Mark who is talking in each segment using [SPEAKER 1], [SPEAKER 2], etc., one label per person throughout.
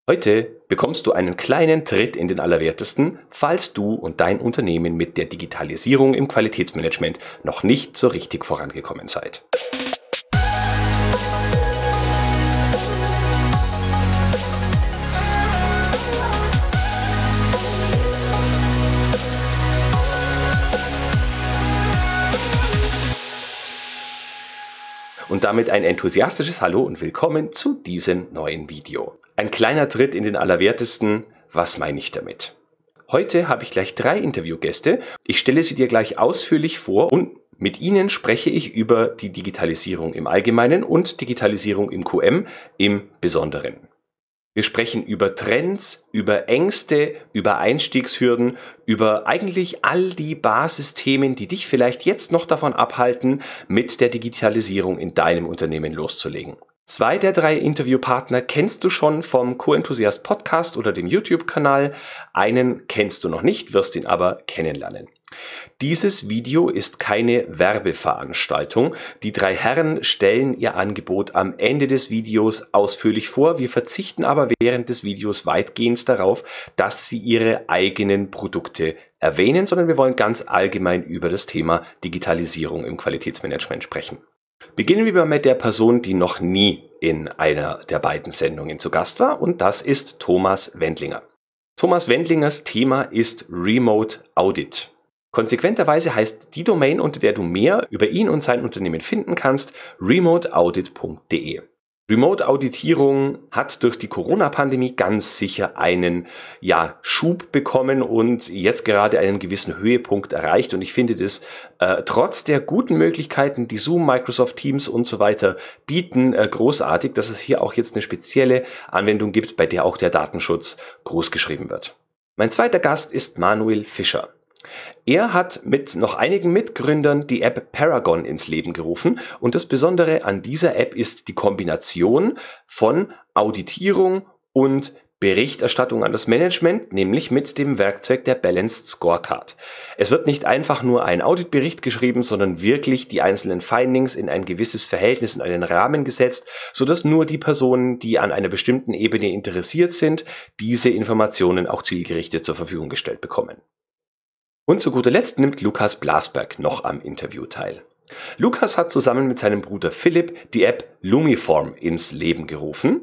[SPEAKER 1] Heute bekommst du einen kleinen Tritt in den Allerwertesten, falls du und dein Unternehmen mit der Digitalisierung im Qualitätsmanagement noch nicht so richtig vorangekommen seid. Und damit ein enthusiastisches Hallo und willkommen zu diesem neuen Video. Ein kleiner Tritt in den Allerwertesten, was meine ich damit? Heute habe ich gleich 3 Interviewgäste. Ich stelle sie dir gleich ausführlich vor und mit ihnen spreche ich über die Digitalisierung im Allgemeinen und Digitalisierung im QM im Besonderen. Wir sprechen über Trends, über Ängste, über Einstiegshürden, über eigentlich all die Basisthemen, die dich vielleicht jetzt noch davon abhalten, mit der Digitalisierung in deinem Unternehmen loszulegen. 2 der 3 Interviewpartner kennst du schon vom Co-Enthusiast Podcast oder dem YouTube-Kanal. Einen kennst du noch nicht, wirst ihn aber kennenlernen. Dieses Video ist keine Werbeveranstaltung. Die 3 Herren stellen ihr Angebot am Ende des Videos ausführlich vor. Wir verzichten aber während des Videos weitgehend darauf, dass sie ihre eigenen Produkte erwähnen, sondern wir wollen ganz allgemein über das Thema Digitalisierung im Qualitätsmanagement sprechen. Beginnen wir mit der Person, die noch nie in einer der beiden Sendungen zu Gast war, und das ist Thomas Wendlinger. Thomas Wendlingers Thema ist Remote Audit. Konsequenterweise heißt die Domain, unter der du mehr über ihn und sein Unternehmen finden kannst, remoteaudit.de. Remote-Auditierung hat durch die Corona-Pandemie ganz sicher einen Schub bekommen und jetzt gerade einen gewissen Höhepunkt erreicht. Und ich finde das trotz der guten Möglichkeiten, die Zoom, Microsoft Teams und so weiter bieten, großartig, dass es hier auch jetzt eine spezielle Anwendung gibt, bei der auch der Datenschutz groß geschrieben wird. Mein zweiter Gast ist Manuel Fischer. Er hat mit noch einigen Mitgründern die App Paragon ins Leben gerufen und das Besondere an dieser App ist die Kombination von Auditierung und Berichterstattung an das Management, nämlich mit dem Werkzeug der Balanced Scorecard. Es wird nicht einfach nur ein Auditbericht geschrieben, sondern wirklich die einzelnen Findings in ein gewisses Verhältnis, in einen Rahmen gesetzt, sodass nur die Personen, die an einer bestimmten Ebene interessiert sind, diese Informationen auch zielgerichtet zur Verfügung gestellt bekommen. Und zu guter Letzt nimmt Lukas Blasberg noch am Interview teil. Lukas hat zusammen mit seinem Bruder Philipp die App Lumiform ins Leben gerufen.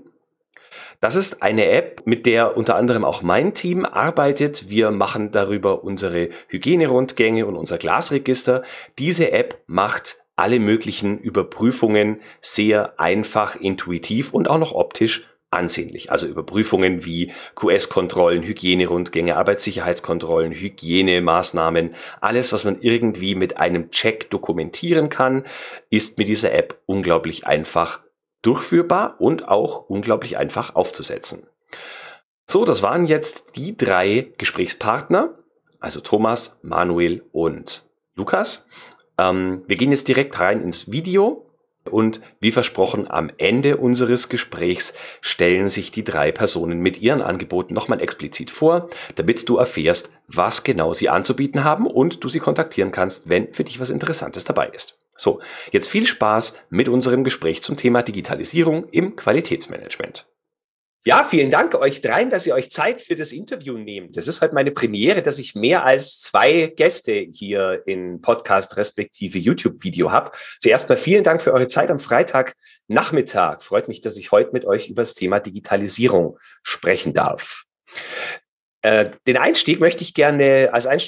[SPEAKER 1] Das ist eine App, mit der unter anderem auch mein Team arbeitet. Wir machen darüber unsere Hygienerundgänge und unser Glasregister. Diese App macht alle möglichen Überprüfungen sehr einfach, intuitiv und auch noch optisch ansehnlich. Also Überprüfungen wie QS-Kontrollen, Hygienerundgänge, Arbeitssicherheitskontrollen, Hygienemaßnahmen, alles, was man irgendwie mit einem Check dokumentieren kann, ist mit dieser App unglaublich einfach durchführbar und auch unglaublich einfach aufzusetzen. So, das waren jetzt die 3 Gesprächspartner, also Thomas, Manuel und Lukas. Wir gehen jetzt direkt rein ins Video. Und wie versprochen, am Ende unseres Gesprächs stellen sich die 3 Personen mit ihren Angeboten nochmal explizit vor, damit du erfährst, was genau sie anzubieten haben und du sie kontaktieren kannst, wenn für dich was Interessantes dabei ist. So, jetzt viel Spaß mit unserem Gespräch zum Thema Digitalisierung im Qualitätsmanagement. Ja, vielen Dank euch 3, dass ihr euch Zeit für das Interview nehmt. Das ist heute meine Premiere, dass ich mehr als 2 Gäste hier in Podcast respektive YouTube-Video habe. Zuerst mal vielen Dank für eure Zeit am Freitagnachmittag. Freut mich, dass ich heute mit euch über das Thema Digitalisierung sprechen darf. Den Einstieg möchte ich gerne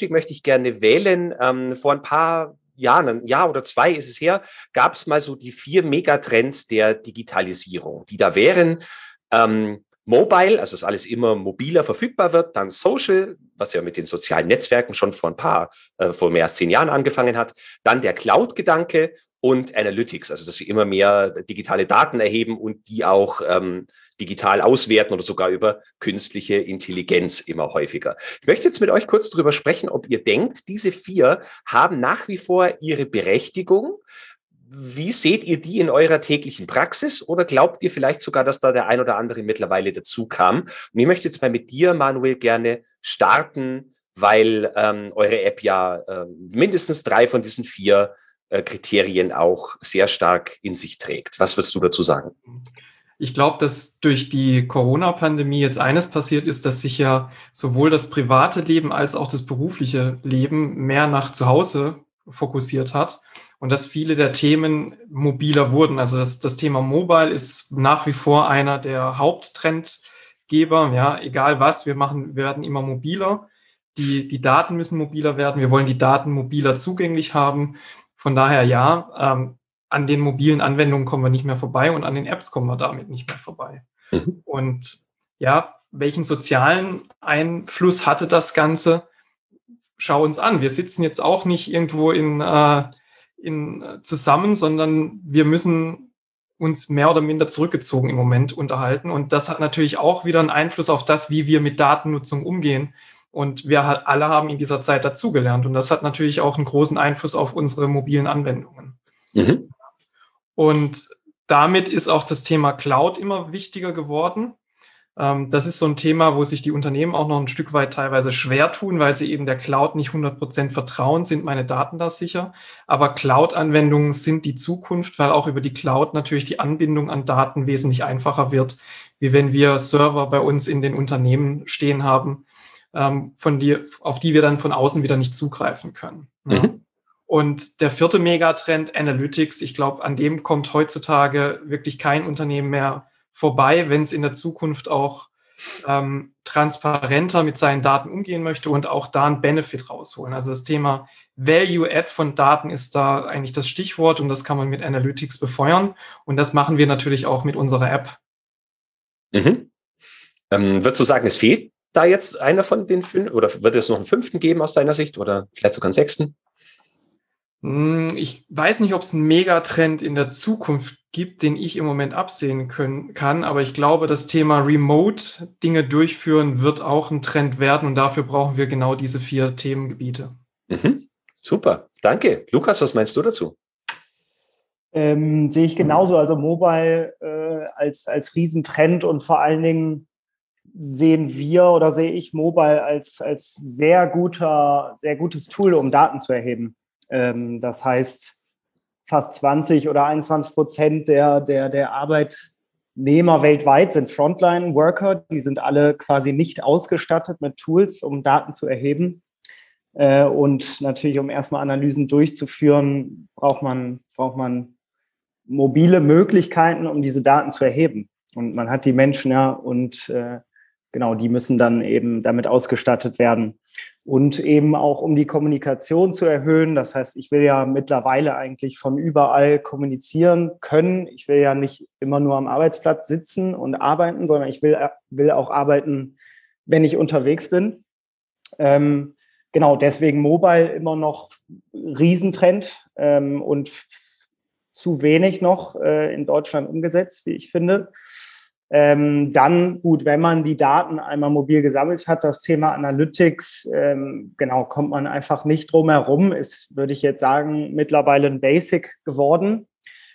[SPEAKER 1] wählen. Vor ein paar Jahren, ein Jahr oder 2 ist es her, gab es mal so die 4 Megatrends der Digitalisierung, die da wären. Mobile, also dass alles immer mobiler verfügbar wird, dann Social, was ja mit den sozialen Netzwerken schon vor mehr als 10 Jahren angefangen hat, dann der Cloud-Gedanke und Analytics, also dass wir immer mehr digitale Daten erheben und die auch digital auswerten oder sogar über künstliche Intelligenz immer häufiger. Ich möchte jetzt mit euch kurz darüber sprechen, ob ihr denkt, diese 4 haben nach wie vor ihre Berechtigung. Wie seht ihr die in eurer täglichen Praxis oder glaubt ihr vielleicht sogar, dass da der ein oder andere mittlerweile dazu kam? Und ich möchte jetzt mal mit dir, Manuel, gerne starten, weil eure App ja mindestens 3 von diesen 4 Kriterien auch sehr stark in sich trägt. Was würdest du dazu sagen?
[SPEAKER 2] Ich glaube, dass durch die Corona-Pandemie jetzt eines passiert ist, dass sich ja sowohl das private Leben als auch das berufliche Leben mehr nach zu Hause fokussiert hat und dass viele der Themen mobiler wurden. Also das Thema Mobile ist nach wie vor einer der Haupttrendgeber. Ja, egal was wir machen, wir werden immer mobiler. Die Daten müssen mobiler werden. Wir wollen die Daten mobiler zugänglich haben. Von daher ja, an den mobilen Anwendungen kommen wir nicht mehr vorbei und an den Apps kommen wir damit nicht mehr vorbei.
[SPEAKER 1] Mhm.
[SPEAKER 2] Und ja, welchen sozialen Einfluss hatte das Ganze? Schau uns an. Wir sitzen jetzt auch nicht irgendwo zusammen, sondern wir müssen uns mehr oder minder zurückgezogen im Moment unterhalten. Und das hat natürlich auch wieder einen Einfluss auf das, wie wir mit Datennutzung umgehen. Und wir alle haben in dieser Zeit dazugelernt. Und das hat natürlich auch einen großen Einfluss auf unsere mobilen Anwendungen.
[SPEAKER 1] Mhm.
[SPEAKER 2] Und damit ist auch das Thema Cloud immer wichtiger geworden. Das ist so ein Thema, wo sich die Unternehmen auch noch ein Stück weit teilweise schwer tun, weil sie eben der Cloud nicht 100% vertrauen, sind meine Daten da sicher. Aber Cloud-Anwendungen sind die Zukunft, weil auch über die Cloud natürlich die Anbindung an Daten wesentlich einfacher wird, wie wenn wir Server bei uns in den Unternehmen stehen haben, auf die wir dann von außen wieder nicht zugreifen können. Ja.
[SPEAKER 1] Mhm.
[SPEAKER 2] Und der vierte Megatrend, Analytics, ich glaube, an dem kommt heutzutage wirklich kein Unternehmen mehr vorbei, wenn es in der Zukunft auch transparenter mit seinen Daten umgehen möchte und auch da einen Benefit rausholen. Also das Thema Value Add von Daten ist da eigentlich das Stichwort und das kann man mit Analytics befeuern. Und das machen wir natürlich auch mit unserer App.
[SPEAKER 1] Mhm. Würdest du sagen, es fehlt da jetzt einer von den 5 oder wird es noch einen 5. geben aus deiner Sicht oder vielleicht sogar einen 6.?
[SPEAKER 2] Ich weiß nicht, ob es einen Megatrend in der Zukunft gibt, den ich im Moment absehen kann, aber ich glaube, das Thema Remote Dinge durchführen wird auch ein Trend werden und dafür brauchen wir genau diese 4 Themengebiete.
[SPEAKER 1] Mhm. Super, danke. Lukas, was meinst du dazu?
[SPEAKER 3] Sehe ich genauso, also Mobile als Riesentrend und vor allen Dingen sehe ich Mobile als sehr gutes Tool, um Daten zu erheben. Das heißt, fast 20 oder 21% der Arbeitnehmer weltweit sind Frontline-Worker. Die sind alle quasi nicht ausgestattet mit Tools, um Daten zu erheben. Und natürlich, um erstmal Analysen durchzuführen, braucht man mobile Möglichkeiten, um diese Daten zu erheben. Und man hat die Menschen und genau, die müssen dann eben damit ausgestattet werden. Und eben auch, um die Kommunikation zu erhöhen. Das heißt, ich will ja mittlerweile eigentlich von überall kommunizieren können. Ich will ja nicht immer nur am Arbeitsplatz sitzen und arbeiten, sondern ich will auch arbeiten, wenn ich unterwegs bin. Genau, deswegen Mobile immer noch Riesentrend und zu wenig noch in Deutschland umgesetzt, wie ich finde. Dann, gut, wenn man die Daten einmal mobil gesammelt hat, das Thema Analytics, genau, kommt man einfach nicht drum herum. Ist, würde ich jetzt sagen, mittlerweile ein Basic geworden.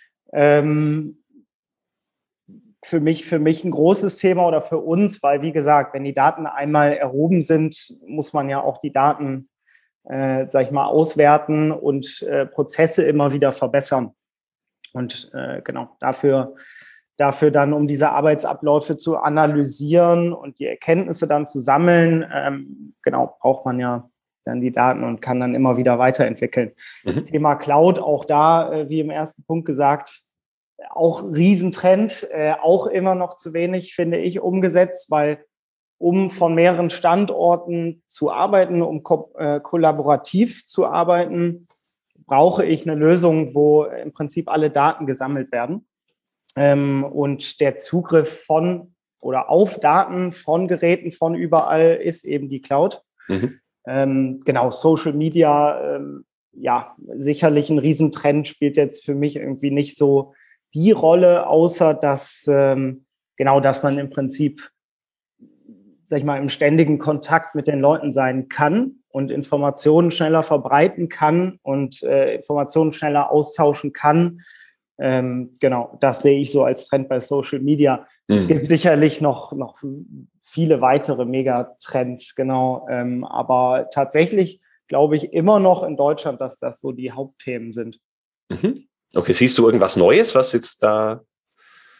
[SPEAKER 3] Für mich ein großes Thema oder für uns, weil, wie gesagt, wenn die Daten einmal erhoben sind, muss man ja auch die Daten, sag ich mal, auswerten und Prozesse immer wieder verbessern. Und genau, dafür dann, um diese Arbeitsabläufe zu analysieren und die Erkenntnisse dann zu sammeln, genau, braucht man ja dann die Daten und kann dann immer wieder weiterentwickeln. Mhm. Thema Cloud, auch da, wie im ersten Punkt gesagt, auch Riesentrend, auch immer noch zu wenig, finde ich, umgesetzt, weil um von mehreren Standorten zu arbeiten, um kollaborativ zu arbeiten, brauche ich eine Lösung, wo im Prinzip alle Daten gesammelt werden. Und der Zugriff von oder auf Daten von Geräten von überall ist eben die Cloud. Mhm. Genau, Social Media, ja, sicherlich ein Riesentrend, spielt jetzt für mich irgendwie nicht so die Rolle, außer dass, genau, dass man im Prinzip, sag ich mal, im ständigen Kontakt mit den Leuten sein kann und Informationen schneller verbreiten kann und Informationen schneller austauschen kann. Genau, das sehe ich so als Trend bei Social Media. Es gibt sicherlich noch viele weitere Megatrends, genau. Aber tatsächlich glaube ich immer noch in Deutschland, dass das so die Hauptthemen sind.
[SPEAKER 1] Mhm. Okay, siehst du irgendwas Neues, was jetzt da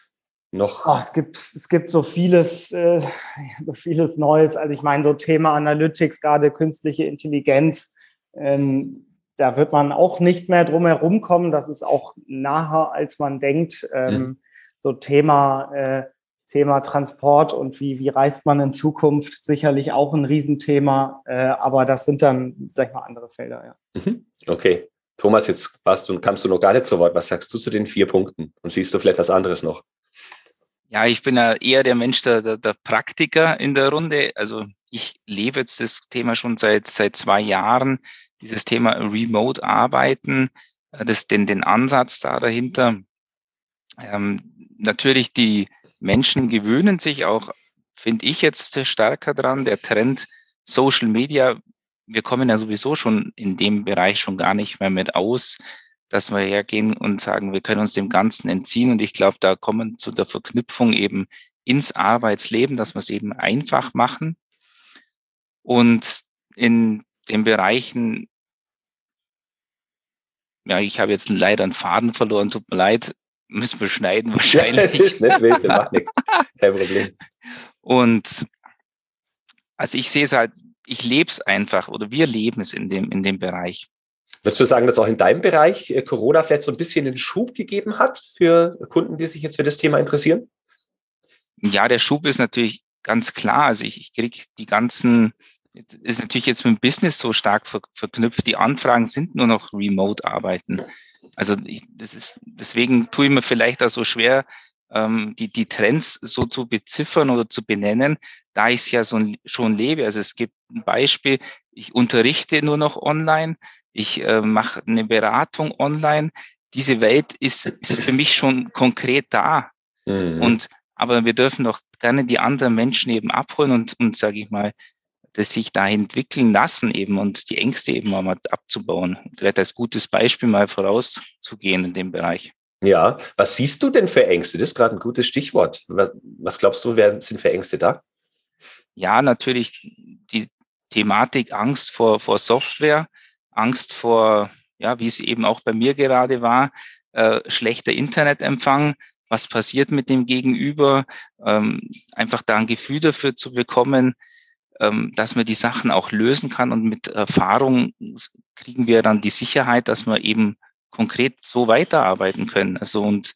[SPEAKER 1] noch?
[SPEAKER 3] Es gibt so vieles Neues. Also ich meine, so Thema Analytics, gerade künstliche Intelligenz, da wird man auch nicht mehr drum herum kommen. Das ist auch nahe, als man denkt. So Thema Transport und wie reist man in Zukunft, sicherlich auch ein Riesenthema. Aber das sind dann, sag ich mal, andere Felder, ja.
[SPEAKER 1] Okay. Thomas, jetzt kamst du noch gar nicht zu Wort. Was sagst du zu den 4 Punkten? Und siehst du vielleicht was anderes noch?
[SPEAKER 4] Ja, ich bin ja eher der Mensch, der Praktiker in der Runde. Also ich lebe jetzt das Thema schon seit 2 Jahren, dieses Thema Remote Arbeiten, den Ansatz da dahinter. Natürlich, die Menschen gewöhnen sich auch, finde ich jetzt stärker dran. Der Trend Social Media, wir kommen ja sowieso schon in dem Bereich schon gar nicht mehr mit aus, dass wir hergehen und sagen, wir können uns dem Ganzen entziehen. Und ich glaube, da kommen zu der Verknüpfung eben ins Arbeitsleben, dass wir es eben einfach machen. Und in den Bereichen, ja, ich habe jetzt leider einen Faden verloren, tut mir leid, müssen wir schneiden wahrscheinlich.
[SPEAKER 1] Ja, das ist nicht wild, das macht nichts, kein Problem.
[SPEAKER 4] Und also ich sehe es halt, ich lebe es einfach oder wir leben es in dem Bereich.
[SPEAKER 1] Würdest du sagen, dass auch in deinem Bereich Corona vielleicht so ein bisschen einen Schub gegeben hat für Kunden, die sich jetzt für das Thema interessieren?
[SPEAKER 4] Ja, der Schub ist natürlich ganz klar. Also ich kriege die ganzen, ist natürlich jetzt mit dem Business so stark verknüpft. Die Anfragen sind nur noch Remote-Arbeiten. Also deswegen tue ich mir vielleicht auch so schwer, die Trends so zu beziffern oder zu benennen, da ich es ja schon lebe. Also es gibt ein Beispiel, ich unterrichte nur noch online, ich mache eine Beratung online. Diese Welt ist für mich schon konkret da. Aber wir dürfen doch gerne die anderen Menschen eben abholen und sage ich mal, das sich da entwickeln lassen eben und die Ängste eben mal abzubauen. Vielleicht als gutes Beispiel mal vorauszugehen in dem Bereich.
[SPEAKER 1] Ja, was siehst du denn für Ängste? Das ist gerade ein gutes Stichwort. Was glaubst du, sind für Ängste da?
[SPEAKER 4] Ja, natürlich die Thematik Angst vor Software, Angst vor, ja, wie es eben auch bei mir gerade war, schlechter Internetempfang. Was passiert mit dem Gegenüber? Einfach da ein Gefühl dafür zu bekommen, dass man die Sachen auch lösen kann. Und mit Erfahrung kriegen wir dann die Sicherheit, dass wir eben konkret so weiterarbeiten können. Also und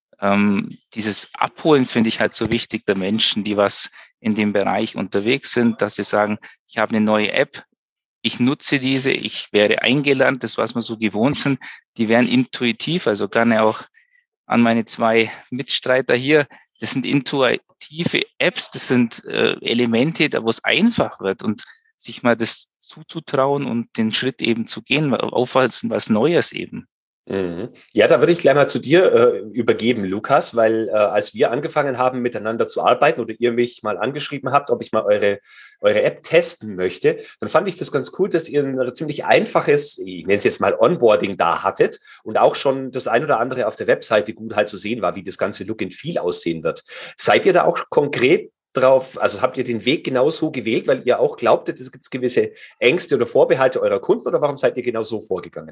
[SPEAKER 4] dieses Abholen finde ich halt so wichtig der Menschen, die was in dem Bereich unterwegs sind, dass sie sagen, ich habe eine neue App, ich nutze diese, ich werde eingelernt, das, was wir so gewohnt sind, die werden intuitiv, also gerne auch an meine 2 Mitstreiter hier, das sind intuitive Apps, das sind Elemente, da wo es einfach wird und sich mal das zuzutrauen und den Schritt eben zu gehen, auf was Neues eben.
[SPEAKER 1] Ja, da würde ich gleich mal zu dir übergeben, Lukas, weil als wir angefangen haben, miteinander zu arbeiten oder ihr mich mal angeschrieben habt, ob ich mal eure App testen möchte, dann fand ich das ganz cool, dass ihr ein ziemlich einfaches, ich nenne es jetzt mal Onboarding da hattet und auch schon das ein oder andere auf der Webseite gut halt zu sehen war, wie das ganze Look and Feel aussehen wird. Seid ihr da auch konkret drauf, also habt ihr den Weg genau so gewählt, weil ihr auch glaubtet, es gibt gewisse Ängste oder Vorbehalte eurer Kunden oder warum seid ihr genau so vorgegangen?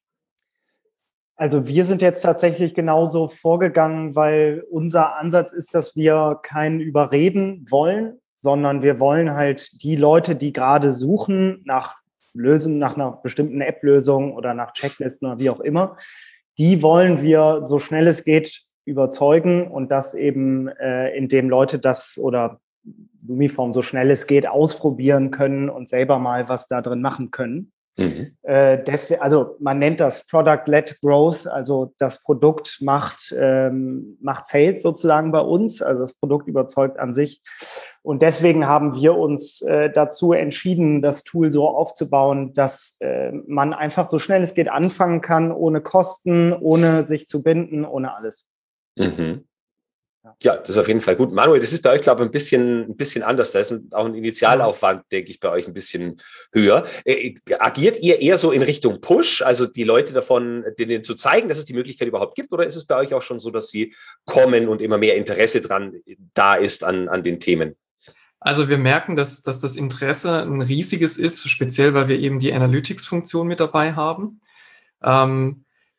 [SPEAKER 3] Also wir sind jetzt tatsächlich genauso vorgegangen, weil unser Ansatz ist, dass wir keinen überreden wollen, sondern wir wollen halt die Leute, die gerade suchen nach einer bestimmten App-Lösung oder nach Checklisten oder wie auch immer, die wollen wir so schnell es geht überzeugen und das eben, indem Leute das oder Lumiform so schnell es geht ausprobieren können und selber mal was da drin machen können. Deswegen, also man nennt das Product-led Growth, also das Produkt macht Sales sozusagen bei uns, also das Produkt überzeugt an sich. Und deswegen haben wir uns dazu entschieden, das Tool so aufzubauen, dass man einfach so schnell es geht anfangen kann, ohne Kosten, ohne sich zu binden, ohne alles.
[SPEAKER 1] Ja, das ist auf jeden Fall gut. Manuel, das ist bei euch, glaube ich, ein bisschen anders. Da ist auch ein Initialaufwand, denke ich, bei euch ein bisschen höher. Agiert ihr eher so in Richtung Push, also die Leute denen zu zeigen, dass es die Möglichkeit überhaupt gibt? Oder ist es bei euch auch schon so, dass sie kommen und immer mehr Interesse da ist an den Themen?
[SPEAKER 2] Also wir merken, dass das Interesse ein riesiges ist, speziell weil wir eben die Analytics-Funktion mit dabei haben.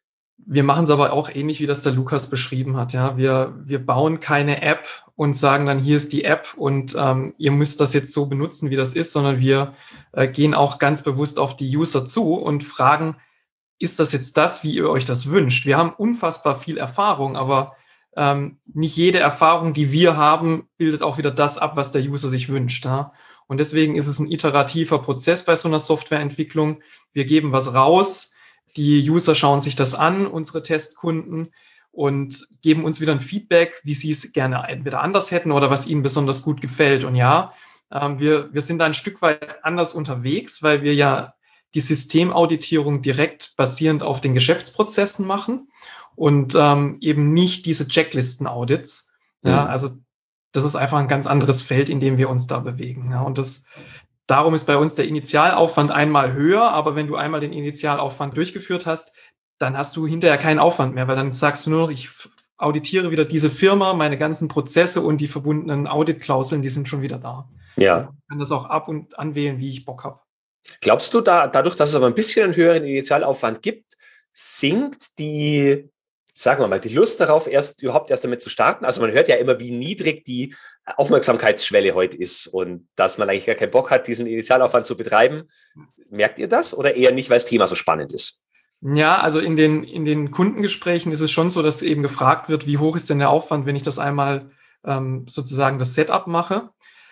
[SPEAKER 2] Wir machen es aber auch ähnlich, wie das der Lukas beschrieben hat. Ja, wir bauen keine App und sagen dann, hier ist die App und ihr müsst das jetzt so benutzen, wie das ist, sondern wir gehen auch ganz bewusst auf die User zu und fragen, ist das jetzt das, wie ihr euch das wünscht? Wir haben unfassbar viel Erfahrung, aber nicht jede Erfahrung, die wir haben, bildet auch wieder das ab, was der User sich wünscht. Ja? Und deswegen ist es ein iterativer Prozess bei so einer Softwareentwicklung. Wir geben was raus, die User schauen sich das an, unsere Testkunden, und geben uns wieder ein Feedback, wie sie es gerne entweder anders hätten oder was ihnen besonders gut gefällt. Und ja, wir sind da ein Stück weit anders unterwegs, weil wir ja die Systemauditierung direkt basierend auf den Geschäftsprozessen machen und eben nicht diese Checklisten-Audits. Ja, also das ist einfach ein ganz anderes Feld, in dem wir uns da bewegen. Ja, und darum ist bei uns der Initialaufwand einmal höher, aber wenn du einmal den Initialaufwand durchgeführt hast, dann hast du hinterher keinen Aufwand mehr, weil dann sagst du nur noch, ich auditiere wieder diese Firma, meine ganzen Prozesse und die verbundenen Auditklauseln, die sind schon wieder da.
[SPEAKER 1] Ja.
[SPEAKER 2] Ich kann das auch ab- und anwählen, wie ich Bock habe.
[SPEAKER 1] Glaubst du, dadurch, dass es aber ein bisschen einen höheren Initialaufwand gibt, sinkt die, sagen wir mal, die Lust darauf, überhaupt erst damit zu starten? Also man hört ja immer, wie niedrig die Aufmerksamkeitsschwelle heute ist und dass man eigentlich gar keinen Bock hat, diesen Initialaufwand zu betreiben. Merkt ihr das oder eher nicht, weil das Thema so spannend ist?
[SPEAKER 2] Ja, also in den Kundengesprächen ist es schon so, dass eben gefragt wird, wie hoch ist denn der Aufwand, wenn ich das einmal sozusagen das Setup mache.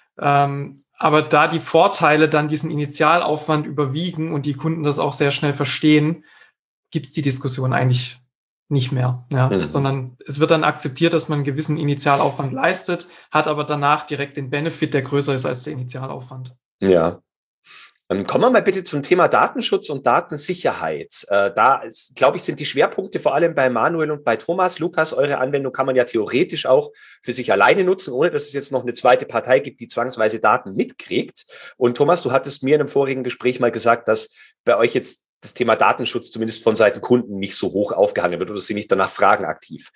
[SPEAKER 2] Aber da die Vorteile dann diesen Initialaufwand überwiegen und die Kunden das auch sehr schnell verstehen, gibt es die Diskussion eigentlich nicht mehr, ja, sondern es wird dann akzeptiert, dass man einen gewissen Initialaufwand leistet, hat aber danach direkt den Benefit, der größer ist als der Initialaufwand.
[SPEAKER 1] Ja. Kommen wir mal bitte zum Thema Datenschutz und Datensicherheit. Da, glaube ich, sind die Schwerpunkte vor allem bei Manuel und bei Thomas. Lukas, eure Anwendung kann man ja theoretisch auch für sich alleine nutzen, ohne dass es jetzt noch eine zweite Partei gibt, die zwangsweise Daten mitkriegt. Und Thomas, du hattest mir in einem vorigen Gespräch mal gesagt, dass bei euch jetzt das Thema Datenschutz zumindest von Seiten Kunden nicht so hoch aufgehangen wird oder sie nicht danach fragen aktiv.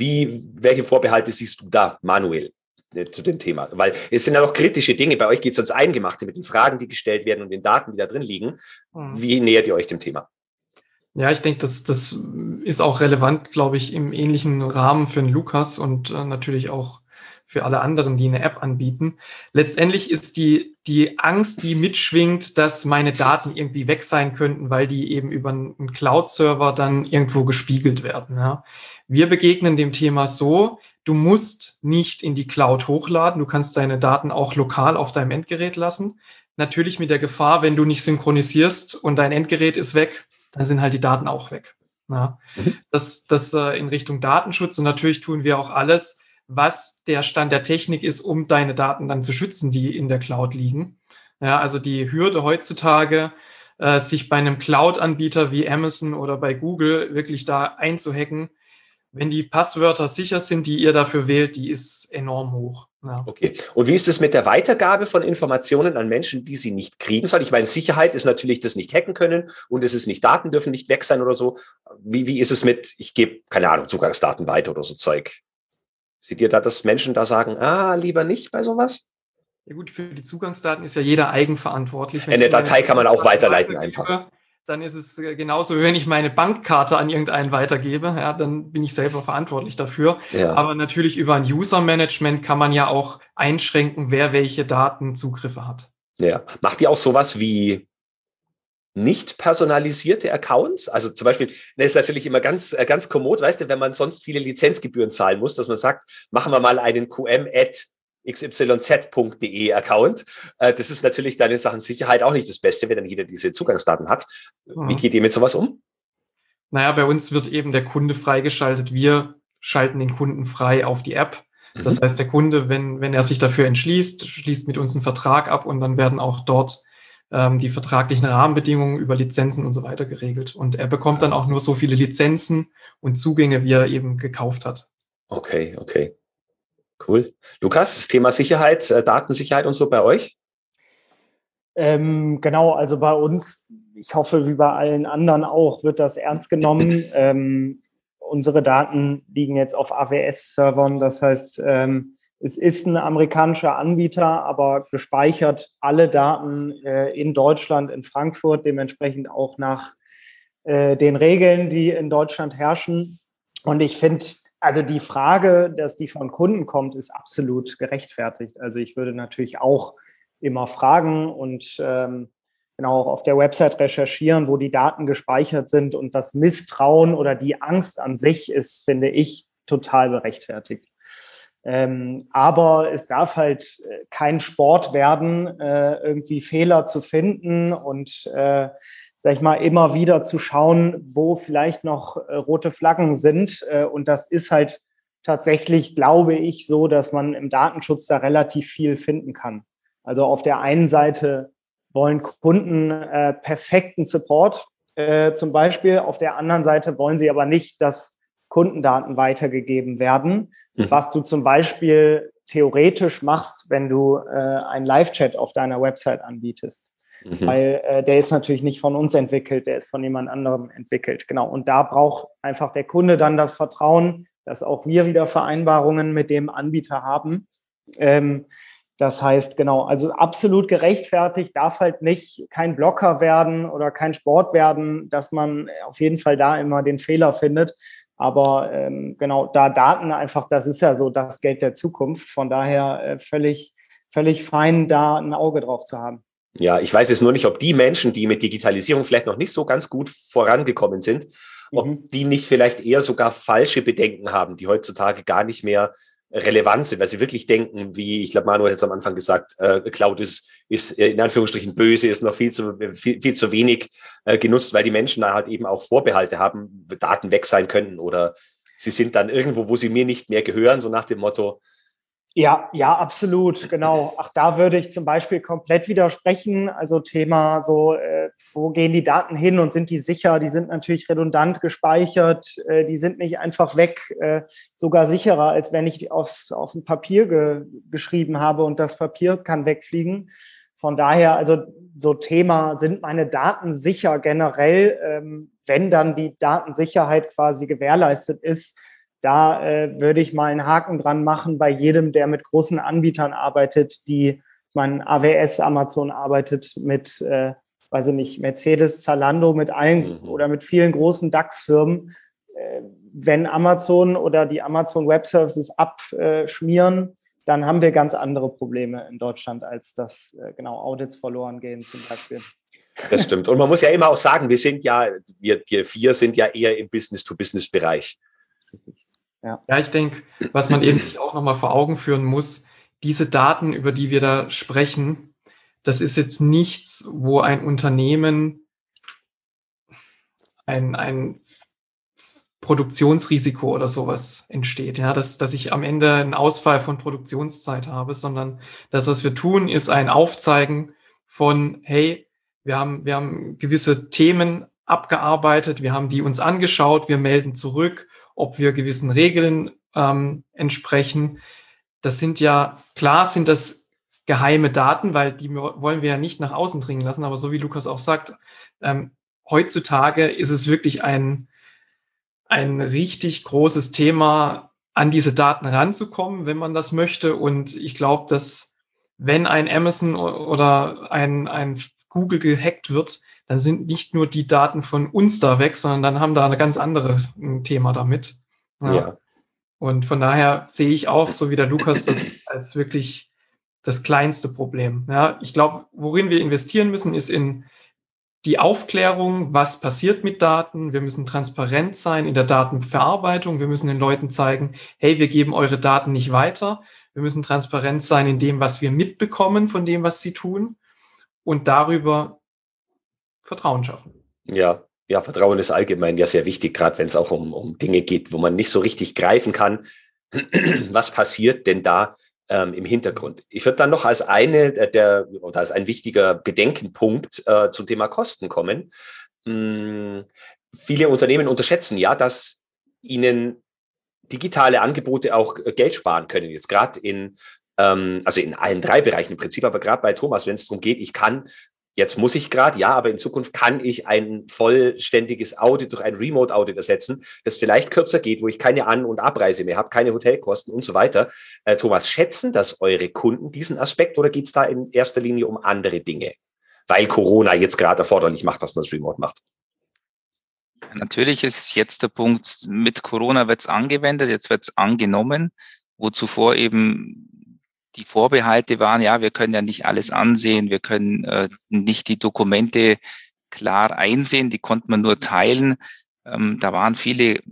[SPEAKER 1] Welche Vorbehalte siehst du da, Manuel, zu dem Thema? Weil es sind ja noch kritische Dinge. Bei euch geht es ans Eingemachte mit den Fragen, die gestellt werden und den Daten, die da drin liegen. Wie nähert ihr euch dem Thema?
[SPEAKER 2] Ja, ich denke, das ist auch relevant, glaube ich, im ähnlichen Rahmen für den Lukas und natürlich auch für alle anderen, die eine App anbieten. Letztendlich ist die Angst, die mitschwingt, dass meine Daten irgendwie weg sein könnten, weil die eben über einen Cloud-Server dann irgendwo gespiegelt werden. Ja. Wir begegnen dem Thema so: Du musst nicht in die Cloud hochladen. Du kannst deine Daten auch lokal auf deinem Endgerät lassen. Natürlich mit der Gefahr, wenn du nicht synchronisierst und dein Endgerät ist weg, dann sind halt die Daten auch weg. Ja. Das in Richtung Datenschutz. Und natürlich tun wir auch alles, was der Stand der Technik ist, um deine Daten dann zu schützen, die in der Cloud liegen. Ja, also die Hürde heutzutage, sich bei einem Cloud-Anbieter wie Amazon oder bei Google wirklich da einzuhacken, wenn die Passwörter sicher sind, die ihr dafür wählt, die ist enorm hoch. Ja.
[SPEAKER 1] Okay. Und wie ist es mit der Weitergabe von Informationen an Menschen, die sie nicht kriegen sollen? Ich meine, Sicherheit ist natürlich das nicht hacken können und es ist nicht, Daten dürfen nicht weg sein oder so. Wie ist es mit, ich gebe, keine Ahnung, Zugangsdaten weiter oder so Zeug? Seht ihr da, dass Menschen da sagen, lieber nicht bei sowas?
[SPEAKER 2] Ja gut, für die Zugangsdaten ist ja jeder eigenverantwortlich.
[SPEAKER 1] Eine Datei kann man auch weiterleiten einfach.
[SPEAKER 2] Dann ist es genauso, wie wenn ich meine Bankkarte an irgendeinen weitergebe, ja, dann bin ich selber verantwortlich dafür. Ja. Aber natürlich über ein User-Management kann man ja auch einschränken, wer welche Datenzugriffe hat.
[SPEAKER 1] Ja. Macht ihr auch sowas wie nicht personalisierte Accounts? Also zum Beispiel, das ist natürlich immer ganz kommod, weißt du, wenn man sonst viele Lizenzgebühren zahlen muss, dass man sagt, machen wir mal einen qm@xyz.de Account. Das ist natürlich dann in Sachen Sicherheit auch nicht das Beste, wenn dann jeder diese Zugangsdaten hat. Wie geht ihr mit sowas um?
[SPEAKER 2] Naja, bei uns wird eben der Kunde freigeschaltet. Wir schalten den Kunden frei auf die App. Das heißt, der Kunde, wenn er sich dafür entschließt, schließt mit uns einen Vertrag ab und dann werden auch dort die vertraglichen Rahmenbedingungen über Lizenzen und so weiter geregelt. Und er bekommt dann auch nur so viele Lizenzen und Zugänge, wie er eben gekauft hat.
[SPEAKER 1] Okay. Cool. Lukas, das Thema Sicherheit, Datensicherheit und so bei euch?
[SPEAKER 3] Genau, also bei uns, ich hoffe, wie bei allen anderen auch, wird das ernst genommen. Unsere Daten liegen jetzt auf AWS-Servern, das heißt, es ist ein amerikanischer Anbieter, aber gespeichert alle Daten in Deutschland, in Frankfurt, dementsprechend auch nach den Regeln, die in Deutschland herrschen. Und ich finde, also die Frage, dass die von Kunden kommt, ist absolut gerechtfertigt. Also ich würde natürlich auch immer fragen und genau auch auf der Website recherchieren, wo die Daten gespeichert sind. Und das Misstrauen oder die Angst an sich ist, finde ich, total berechtigt. Aber es darf halt kein Sport werden, irgendwie Fehler zu finden und sag ich mal, immer wieder zu schauen, wo vielleicht noch rote Flaggen sind. Und das ist halt tatsächlich, glaube ich, so, dass man im Datenschutz da relativ viel finden kann. Also auf der einen Seite wollen Kunden perfekten Support zum Beispiel. Auf der anderen Seite wollen sie aber nicht, dass Kundendaten weitergegeben werden, was du zum Beispiel theoretisch machst, wenn du einen Live-Chat auf deiner Website anbietest. Weil der ist natürlich nicht von uns entwickelt, der ist von jemand anderem entwickelt. Genau. Und da braucht einfach der Kunde dann das Vertrauen, dass auch wir wieder Vereinbarungen mit dem Anbieter haben. Das heißt, genau, also absolut gerechtfertigt, darf halt nicht kein Blocker werden oder kein Sport werden, dass man auf jeden Fall da immer den Fehler findet. Aber genau, da Daten einfach, das ist ja so das Geld der Zukunft. Von daher völlig fein, da ein Auge drauf zu haben.
[SPEAKER 1] Ja, ich weiß jetzt nur nicht, ob die Menschen, die mit Digitalisierung vielleicht noch nicht so ganz gut vorangekommen sind, ob die nicht vielleicht eher sogar falsche Bedenken haben, die heutzutage gar nicht mehr relevant sind, weil sie wirklich denken, wie, ich glaube, Manuel hat es am Anfang gesagt, Cloud ist in Anführungsstrichen böse, ist noch viel zu wenig genutzt, weil die Menschen da halt eben auch Vorbehalte haben, Daten weg sein könnten oder sie sind dann irgendwo, wo sie mir nicht mehr gehören, so nach dem Motto.
[SPEAKER 3] Ja, absolut, genau. Ach, da würde ich zum Beispiel komplett widersprechen. Also Thema so, wo gehen die Daten hin und sind die sicher? Die sind natürlich redundant gespeichert, die sind nicht einfach weg, sogar sicherer, als wenn ich die auf ein Papier geschrieben habe und das Papier kann wegfliegen. Von daher, also so Thema, sind meine Daten sicher generell, wenn dann die Datensicherheit quasi gewährleistet ist, da würde ich mal einen Haken dran machen bei jedem, der mit großen Anbietern arbeitet, AWS, Amazon arbeitet mit, weiß ich nicht, Mercedes, Zalando, mit allen oder mit vielen großen DAX-Firmen. Wenn Amazon oder die Amazon Web Services abschmieren, dann haben wir ganz andere Probleme in Deutschland, als dass Audits verloren gehen zum Beispiel.
[SPEAKER 1] Das stimmt. Und man muss ja immer auch sagen, wir vier sind ja eher im Business-to-Business-Bereich.
[SPEAKER 2] Ja, ich denke, was man eben sich auch nochmal vor Augen führen muss, diese Daten, über die wir da sprechen, das ist jetzt nichts, wo ein Unternehmen ein Produktionsrisiko oder sowas entsteht, ja, dass ich am Ende einen Ausfall von Produktionszeit habe, sondern das, was wir tun, ist ein Aufzeigen von, hey, wir haben gewisse Themen abgearbeitet, wir haben die uns angeschaut, wir melden zurück, ob wir gewissen Regeln entsprechen. Das sind das geheime Daten, weil die wollen wir ja nicht nach außen dringen lassen. Aber so wie Lukas auch sagt, heutzutage ist es wirklich ein richtig großes Thema, an diese Daten ranzukommen, wenn man das möchte. Und ich glaube, dass wenn ein Amazon oder ein Google gehackt wird, dann sind nicht nur die Daten von uns da weg, sondern dann haben da eine ganz andere Thema damit. Ja. Und von daher sehe ich auch, so wie der Lukas, das als wirklich das kleinste Problem. Ja, ich glaube, worin wir investieren müssen, ist in die Aufklärung, was passiert mit Daten. Wir müssen transparent sein in der Datenverarbeitung. Wir müssen den Leuten zeigen, hey, wir geben eure Daten nicht weiter. Wir müssen transparent sein in dem, was wir mitbekommen von dem, was sie tun. Und darüber Vertrauen schaffen.
[SPEAKER 1] Ja, Vertrauen ist allgemein ja sehr wichtig, gerade wenn es auch um Dinge geht, wo man nicht so richtig greifen kann, was passiert denn da im Hintergrund. Ich würde dann noch als ein wichtiger Bedenkenpunkt zum Thema Kosten kommen. Viele Unternehmen unterschätzen ja, dass ihnen digitale Angebote auch Geld sparen können. Jetzt gerade in allen drei Bereichen im Prinzip, aber gerade bei Thomas, wenn es darum geht, aber in Zukunft kann ich ein vollständiges Audit durch ein Remote-Audit ersetzen, das vielleicht kürzer geht, wo ich keine An- und Abreise mehr habe, keine Hotelkosten und so weiter. Thomas, schätzen das eure Kunden, diesen Aspekt, oder geht es da in erster Linie um andere Dinge, weil Corona jetzt gerade erforderlich macht, dass man es remote macht?
[SPEAKER 4] Natürlich ist es jetzt der Punkt, mit Corona wird es angewendet, jetzt wird es angenommen, wo zuvor eben die Vorbehalte waren, ja, wir können ja nicht alles ansehen, wir können nicht die Dokumente klar einsehen, die konnte man nur teilen. Da waren viele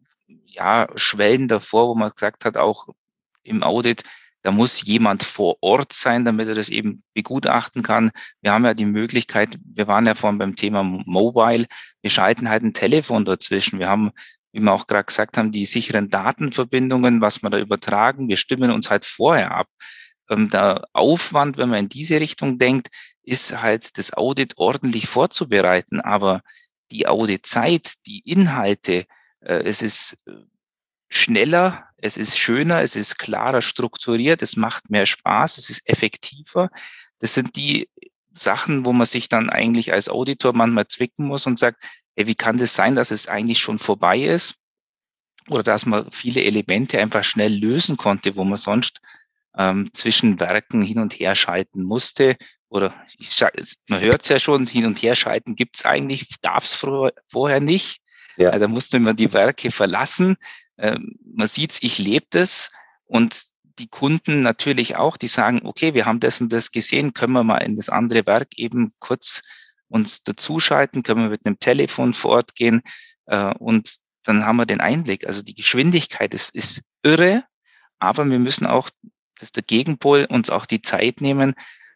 [SPEAKER 4] Schwellen davor, wo man gesagt hat, auch im Audit, da muss jemand vor Ort sein, damit er das eben begutachten kann. Wir haben ja die Möglichkeit, wir waren ja vorhin beim Thema Mobile, wir schalten halt ein Telefon dazwischen. Wir haben, wie wir auch gerade gesagt haben, die sicheren Datenverbindungen, was wir da übertragen. Wir stimmen uns halt vorher ab. Der Aufwand, wenn man in diese Richtung denkt, ist halt das Audit ordentlich vorzubereiten. Aber die Auditzeit, die Inhalte, es ist schneller, es ist schöner, es ist klarer strukturiert, es macht mehr Spaß, es ist effektiver. Das sind die Sachen, wo man sich dann eigentlich als Auditor manchmal zwicken muss und sagt, hey, wie kann das sein, dass es eigentlich schon vorbei ist? Oder dass man viele Elemente einfach schnell lösen konnte, wo man sonst zwischen Werken hin und her schalten musste. Oder man hört es ja schon, hin und her schalten gibt's eigentlich, gab es vorher nicht.
[SPEAKER 1] Ja.
[SPEAKER 4] Also da musste man die Werke verlassen. Man sieht's, ich lebe das. Und die Kunden natürlich auch, die sagen, okay, wir haben das und das gesehen, können wir mal in das andere Werk eben kurz uns dazuschalten, können wir mit einem Telefon vor Ort gehen und dann haben wir den Einblick. Also die Geschwindigkeit ist irre, aber wir müssen auch, das ist der Gegenpol, uns auch die Zeit nehmen,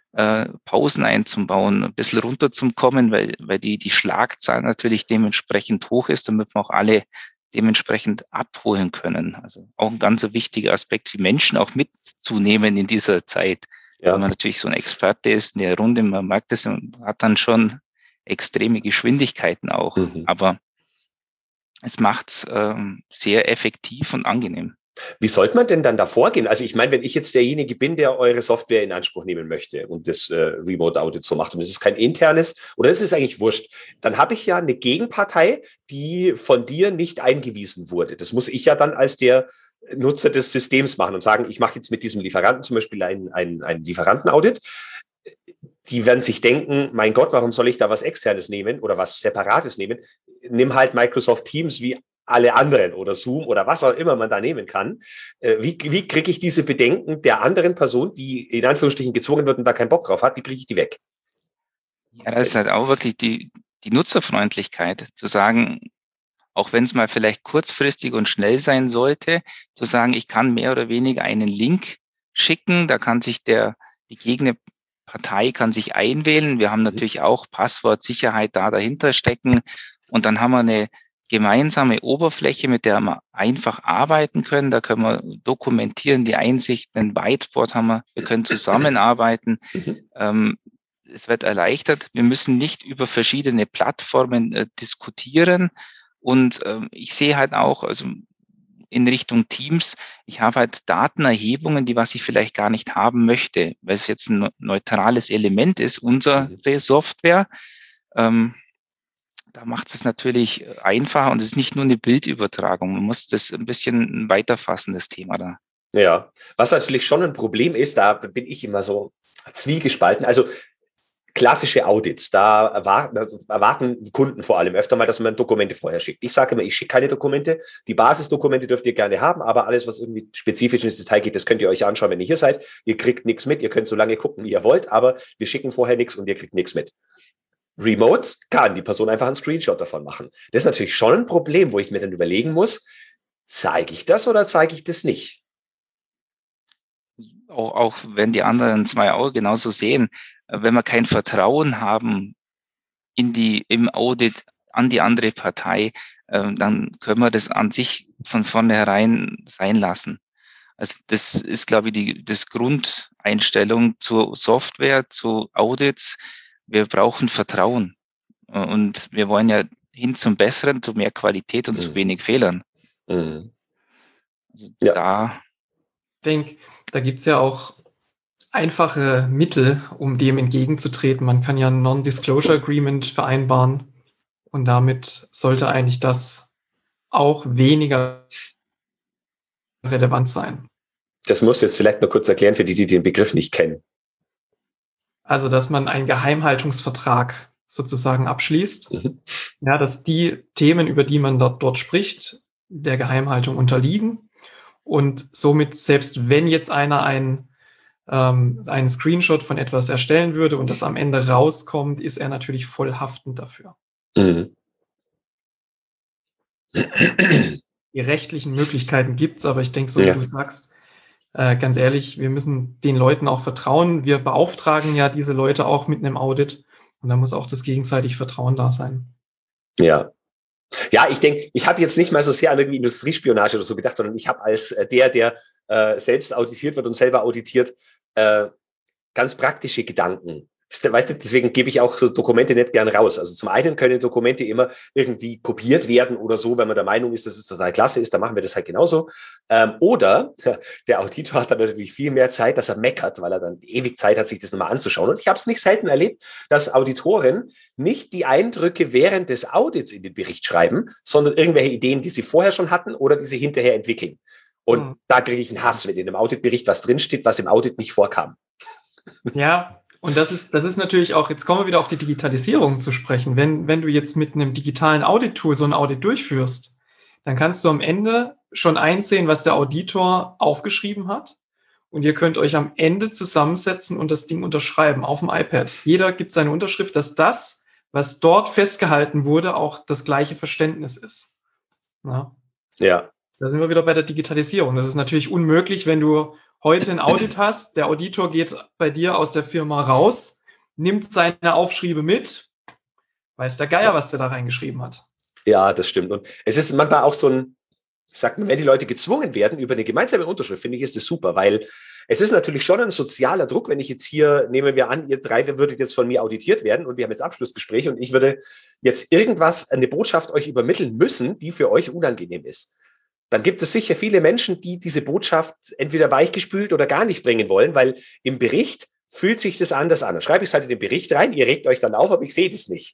[SPEAKER 4] Pausen einzubauen, ein bisschen runterzukommen, weil die Schlagzahl natürlich dementsprechend hoch ist, damit wir auch alle dementsprechend abholen können. Also auch ein ganz wichtiger Aspekt, die Menschen auch mitzunehmen in dieser Zeit. Ja. Wenn man natürlich so ein Experte ist in der Runde, man merkt es, man hat dann schon extreme Geschwindigkeiten auch. Aber es macht's sehr effektiv und angenehm.
[SPEAKER 1] Wie sollte man denn dann da vorgehen? Also ich meine, wenn ich jetzt derjenige bin, der eure Software in Anspruch nehmen möchte und das Remote Audit so macht und es ist kein internes oder es ist eigentlich wurscht, dann habe ich ja eine Gegenpartei, die von dir nicht eingewiesen wurde. Das muss ich ja dann als der Nutzer des Systems machen und sagen, ich mache jetzt mit diesem Lieferanten zum Beispiel ein Lieferantenaudit. Die werden sich denken, mein Gott, warum soll ich da was Externes nehmen oder was Separates nehmen? Nimm halt Microsoft Teams wie alle anderen oder Zoom oder was auch immer man da nehmen kann. Wie kriege ich diese Bedenken der anderen Person, die in Anführungsstrichen gezwungen wird und da keinen Bock drauf hat, wie kriege ich die weg?
[SPEAKER 4] Ja, das ist halt auch wirklich die Nutzerfreundlichkeit, zu sagen, auch wenn es mal vielleicht kurzfristig und schnell sein sollte, zu sagen, ich kann mehr oder weniger einen Link schicken, da kann sich die Gegenpartei kann sich einwählen. Wir haben natürlich auch Passwortsicherheit dahinter stecken und dann haben wir eine gemeinsame Oberfläche, mit der wir einfach arbeiten können. Da können wir dokumentieren die Einsichten, ein Whiteboard haben wir können zusammenarbeiten. Es wird erleichtert. Wir müssen nicht über verschiedene Plattformen diskutieren. Und ich sehe halt auch, also in Richtung Teams, ich habe halt Datenerhebungen, was ich vielleicht gar nicht haben möchte, weil es jetzt ein neutrales Element ist, unsere Software. Da macht es natürlich einfacher und es ist nicht nur eine Bildübertragung. Man muss das ein bisschen weiterfassen, das Thema da.
[SPEAKER 1] Ja, was natürlich schon ein Problem ist, da bin ich immer so zwiegespalten. Also klassische Audits, da erwarten Kunden vor allem öfter mal, dass man Dokumente vorher schickt. Ich sage immer, ich schicke keine Dokumente. Die Basisdokumente dürft ihr gerne haben, aber alles, was irgendwie spezifisch ins Detail geht, das könnt ihr euch anschauen, wenn ihr hier seid. Ihr kriegt nichts mit, ihr könnt so lange gucken, wie ihr wollt, aber wir schicken vorher nichts und ihr kriegt nichts mit. Remote kann die Person einfach einen Screenshot davon machen. Das ist natürlich schon ein Problem, wo ich mir dann überlegen muss, zeige ich das oder zeige ich das nicht?
[SPEAKER 4] Auch wenn die anderen zwei auch genauso sehen, wenn wir kein Vertrauen haben im Audit an die andere Partei, dann können wir das an sich von vornherein sein lassen. Also das ist, glaube ich, das Grundeinstellung zur Software, zu Audits. Wir brauchen Vertrauen und wir wollen ja hin zum Besseren, zu mehr Qualität und zu wenig Fehlern. Also
[SPEAKER 2] ja. Ich denke, da gibt es ja auch einfache Mittel, um dem entgegenzutreten. Man kann ja ein Non-Disclosure Agreement vereinbaren und damit sollte eigentlich das auch weniger relevant sein.
[SPEAKER 1] Das musst du jetzt vielleicht mal kurz erklären für die den Begriff nicht kennen.
[SPEAKER 2] Also, dass man einen Geheimhaltungsvertrag sozusagen abschließt. Ja, dass die Themen, über die man dort spricht, der Geheimhaltung unterliegen und somit, selbst wenn jetzt einer einen Screenshot von etwas erstellen würde und das am Ende rauskommt, ist er natürlich voll haftend dafür.
[SPEAKER 1] Mhm.
[SPEAKER 2] Die rechtlichen Möglichkeiten gibt's, aber ich denke, so wie du sagst, ganz ehrlich, wir müssen den Leuten auch vertrauen. Wir beauftragen ja diese Leute auch mit einem Audit und da muss auch das gegenseitige Vertrauen da sein.
[SPEAKER 1] Ja. Ja, ich denke, ich habe jetzt nicht mal so sehr an irgendwie Industriespionage oder so gedacht, sondern ich habe als der selbst auditiert wird und selber auditiert, ganz praktische Gedanken. Weißt du, deswegen gebe ich auch so Dokumente nicht gern raus. Also zum einen können Dokumente immer irgendwie kopiert werden oder so, wenn man der Meinung ist, dass es total klasse ist, dann machen wir das halt genauso. Oder der Auditor hat dann natürlich viel mehr Zeit, dass er meckert, weil er dann ewig Zeit hat, sich das nochmal anzuschauen. Und ich habe es nicht selten erlebt, dass Auditoren nicht die Eindrücke während des Audits in den Bericht schreiben, sondern irgendwelche Ideen, die sie vorher schon hatten oder die sie hinterher entwickeln. Und da kriege ich einen Hass, wenn in einem Auditbericht was drinsteht, was im Audit nicht vorkam.
[SPEAKER 2] Ja, und das ist natürlich auch, jetzt kommen wir wieder auf die Digitalisierung zu sprechen. Wenn du jetzt mit einem digitalen Audit-Tool so ein Audit durchführst, dann kannst du am Ende schon einsehen, was der Auditor aufgeschrieben hat. Und ihr könnt euch am Ende zusammensetzen und das Ding unterschreiben auf dem iPad. Jeder gibt seine Unterschrift, dass das, was dort festgehalten wurde, auch das gleiche Verständnis ist. Ja. Da sind wir wieder bei der Digitalisierung. Das ist natürlich unmöglich, wenn du heute ein Audit hast, der Auditor geht bei dir aus der Firma raus, nimmt seine Aufschriebe mit, weiß der Geier, was der da reingeschrieben hat.
[SPEAKER 1] Ja, das stimmt. Und es ist manchmal auch so ein, sagt man, wenn die Leute gezwungen werden über eine gemeinsame Unterschrift, finde ich, ist das super, weil es ist natürlich schon ein sozialer Druck, wenn ich jetzt hier, nehmen wir an, ihr drei würdet jetzt von mir auditiert werden und wir haben jetzt Abschlussgespräche und ich würde jetzt irgendwas, eine Botschaft euch übermitteln müssen, die für euch unangenehm ist. Dann gibt es sicher viele Menschen, die diese Botschaft entweder weichgespült oder gar nicht bringen wollen, weil im Bericht fühlt sich das anders an. Dann schreibe ich es halt in den Bericht rein, ihr regt euch dann auf, aber ich sehe das nicht.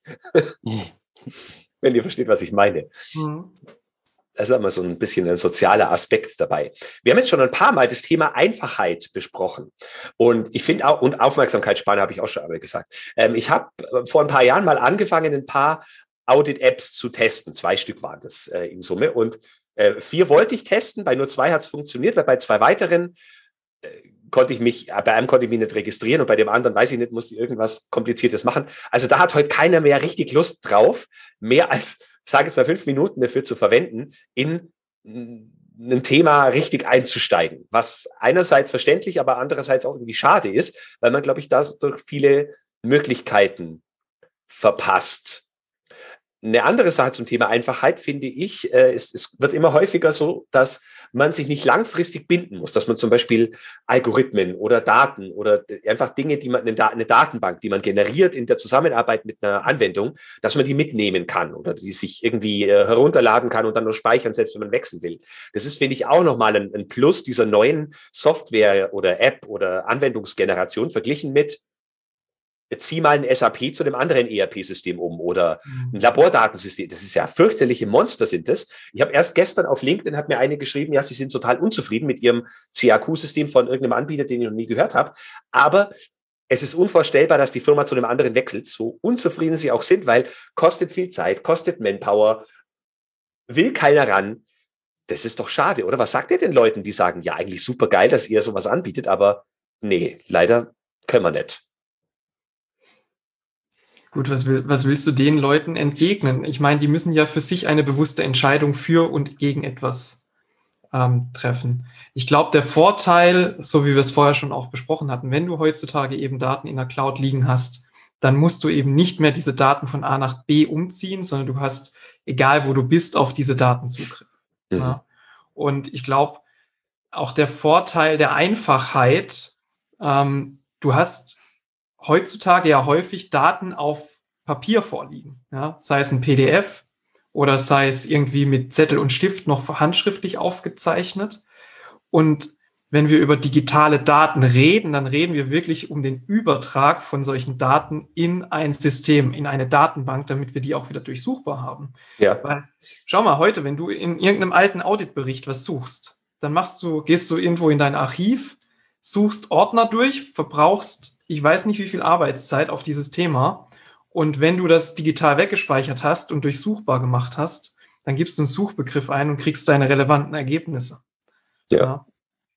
[SPEAKER 1] Wenn ihr versteht, was ich meine. Das ist immer so ein bisschen ein sozialer Aspekt dabei. Wir haben jetzt schon ein paar Mal das Thema Einfachheit besprochen. Und ich finde auch, und Aufmerksamkeitsspanne habe ich auch schon einmal gesagt. Ich habe vor ein paar Jahren mal angefangen, ein paar Audit-Apps zu testen. 2 Stück waren das in Summe. Und 4 wollte ich testen, bei nur 2 hat es funktioniert, weil bei 2 weiteren bei einem konnte ich mich nicht registrieren und bei dem anderen, weiß ich nicht, musste ich irgendwas Kompliziertes machen. Also da hat heute keiner mehr richtig Lust drauf, mehr als, sage jetzt mal 5 Minuten dafür zu verwenden, in ein Thema richtig einzusteigen, was einerseits verständlich, aber andererseits auch irgendwie schade ist, weil man, glaube ich, da durch viele Möglichkeiten verpasst. Eine andere Sache zum Thema Einfachheit finde ich, es wird immer häufiger so, dass man sich nicht langfristig binden muss, dass man zum Beispiel Algorithmen oder Daten oder einfach Dinge, die man eine Datenbank, die man generiert in der Zusammenarbeit mit einer Anwendung, dass man die mitnehmen kann oder die sich irgendwie herunterladen kann und dann nur speichern, selbst wenn man wechseln will. Das ist, finde ich, auch nochmal ein Plus dieser neuen Software oder App oder Anwendungsgeneration verglichen mit zieh mal ein SAP zu einem anderen ERP-System um oder ein Labordatensystem. Das ist ja fürchterliche Monster sind das. Ich habe erst gestern auf LinkedIn hat mir eine geschrieben, ja, sie sind total unzufrieden mit ihrem CAQ-System von irgendeinem Anbieter, den ich noch nie gehört habe. Aber es ist unvorstellbar, dass die Firma zu einem anderen wechselt, so unzufrieden sie auch sind, weil kostet viel Zeit, kostet Manpower, will keiner ran. Das ist doch schade, oder? Was sagt ihr den Leuten, die sagen, ja, eigentlich super geil, dass ihr sowas anbietet, aber nee, leider können wir nicht.
[SPEAKER 2] Gut, was willst du den Leuten entgegnen? Ich meine, die müssen ja für sich eine bewusste Entscheidung für und gegen etwas treffen. Ich glaube, der Vorteil, so wie wir es vorher schon auch besprochen hatten, wenn du heutzutage eben Daten in der Cloud liegen hast, dann musst du eben nicht mehr diese Daten von A nach B umziehen, sondern du hast, egal wo du bist, auf diese Daten Zugriff. Mhm. Ja? Und ich glaube, auch der Vorteil der Einfachheit, du hast heutzutage ja häufig Daten auf Papier vorliegen, ja? Sei es ein PDF oder sei es irgendwie mit Zettel und Stift noch handschriftlich aufgezeichnet. Und wenn wir über digitale Daten reden, dann reden wir wirklich um den Übertrag von solchen Daten in ein System, in eine Datenbank, damit wir die auch wieder durchsuchbar haben. Ja. Weil, schau mal, heute, wenn du in irgendeinem alten Auditbericht was suchst, dann gehst du irgendwo in dein Archiv, suchst Ordner durch, verbrauchst, ich weiß nicht wie viel Arbeitszeit auf dieses Thema Und wenn du das digital weggespeichert hast und durchsuchbar gemacht hast, dann gibst du einen Suchbegriff ein und kriegst deine relevanten Ergebnisse.
[SPEAKER 1] Ja.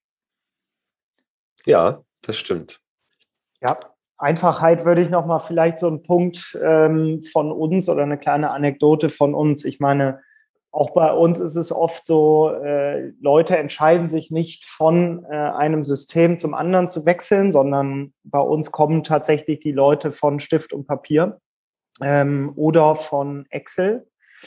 [SPEAKER 1] Ja, das stimmt.
[SPEAKER 3] Ja, Einfachheit würde ich nochmal vielleicht so einen Punkt von uns oder eine kleine Anekdote von uns. Ich meine, auch bei uns ist es oft so, Leute entscheiden sich nicht von einem System zum anderen zu wechseln, sondern bei uns kommen tatsächlich die Leute von Stift und Papier oder von Excel.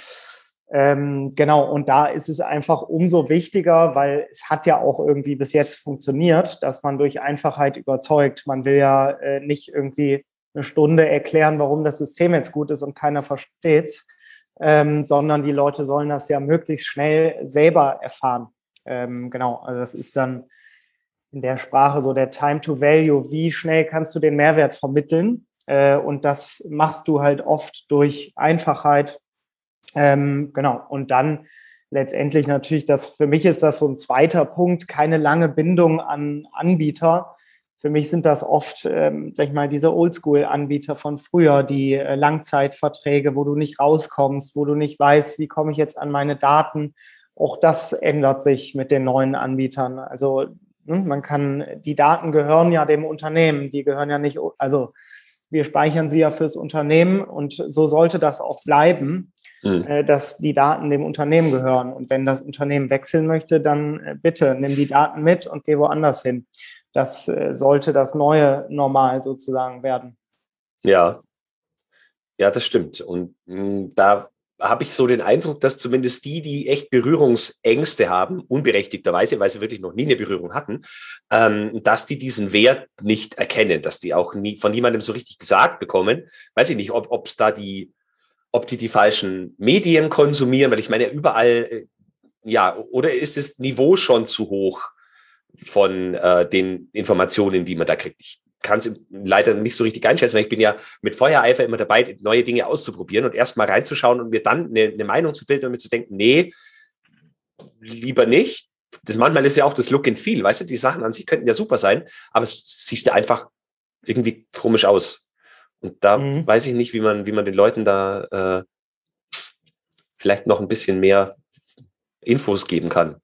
[SPEAKER 3] Genau, und da ist es einfach umso wichtiger, weil es hat ja auch irgendwie bis jetzt funktioniert, dass man durch Einfachheit überzeugt. Man will ja nicht irgendwie eine Stunde erklären, warum das System jetzt gut ist und keiner versteht's, sondern die Leute sollen das ja möglichst schnell selber erfahren. Genau, also das ist dann in der Sprache so der Time to Value. Wie schnell kannst du den Mehrwert vermitteln? Und das machst du halt oft durch Einfachheit. Genau, und dann letztendlich natürlich, für mich ist das so ein zweiter Punkt, keine lange Bindung an Anbieter. Für mich sind das oft, sag ich mal, diese Oldschool-Anbieter von früher, die Langzeitverträge, wo du nicht rauskommst, wo du nicht weißt, wie komme ich jetzt an meine Daten. Auch das ändert sich mit den neuen Anbietern. Also die Daten gehören ja dem Unternehmen, die gehören ja nicht, also wir speichern sie ja fürs Unternehmen und so sollte das auch bleiben, dass die Daten dem Unternehmen gehören. Und wenn das Unternehmen wechseln möchte, dann bitte nimm die Daten mit und geh woanders hin. Das sollte das neue Normal sozusagen werden.
[SPEAKER 1] Ja, ja, das stimmt. Und da habe ich so den Eindruck, dass zumindest die echt Berührungsängste haben, unberechtigterweise, weil sie wirklich noch nie eine Berührung hatten, dass die diesen Wert nicht erkennen, dass die auch nie von niemandem so richtig gesagt bekommen. Weiß ich nicht, ob die falschen Medien konsumieren, weil ich meine, überall, ja, oder ist das Niveau schon zu hoch von den Informationen, die man da kriegt? Ich kann es leider nicht so richtig einschätzen, weil ich bin ja mit Feuereifer immer dabei, neue Dinge auszuprobieren und erst mal reinzuschauen und mir dann eine Meinung zu bilden und mir zu denken, nee, lieber nicht. Manchmal ist ja auch das Look and Feel, weißt du, die Sachen an sich könnten ja super sein, aber es sieht ja einfach irgendwie komisch aus. Und da weiß ich nicht, wie man den Leuten da vielleicht noch ein bisschen mehr Infos geben kann.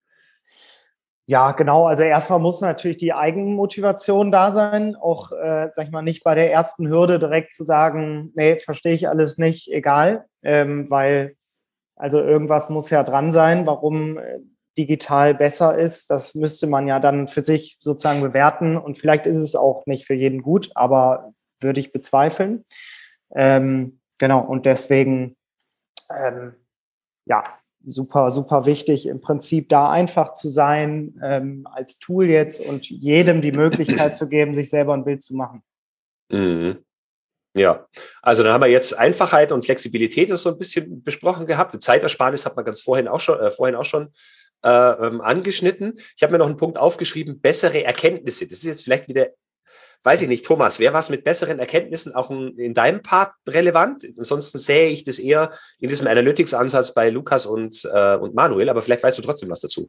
[SPEAKER 3] Ja, genau. Also erstmal muss natürlich die Eigenmotivation da sein, auch, sag ich mal, nicht bei der ersten Hürde direkt zu sagen, nee, verstehe ich alles nicht, egal, weil also irgendwas muss ja dran sein, warum digital besser ist. Das müsste man ja dann für sich sozusagen bewerten und vielleicht ist es auch nicht für jeden gut, aber würde ich bezweifeln. Genau, und deswegen, ja, super, super wichtig, im Prinzip da einfach zu sein als Tool jetzt und jedem die Möglichkeit zu geben, sich selber ein Bild zu machen.
[SPEAKER 1] Mhm. Ja, also dann haben wir jetzt Einfachheit und Flexibilität ist so ein bisschen besprochen gehabt. Die Zeitersparnis hat man ganz vorhin auch schon angeschnitten. Ich habe mir noch einen Punkt aufgeschrieben, bessere Erkenntnisse. Das ist jetzt vielleicht wieder, weiß ich nicht, Thomas, wäre was mit besseren Erkenntnissen auch in deinem Part relevant? Ansonsten sähe ich das eher in diesem Analytics-Ansatz bei Lukas und Manuel, aber vielleicht weißt du trotzdem was dazu.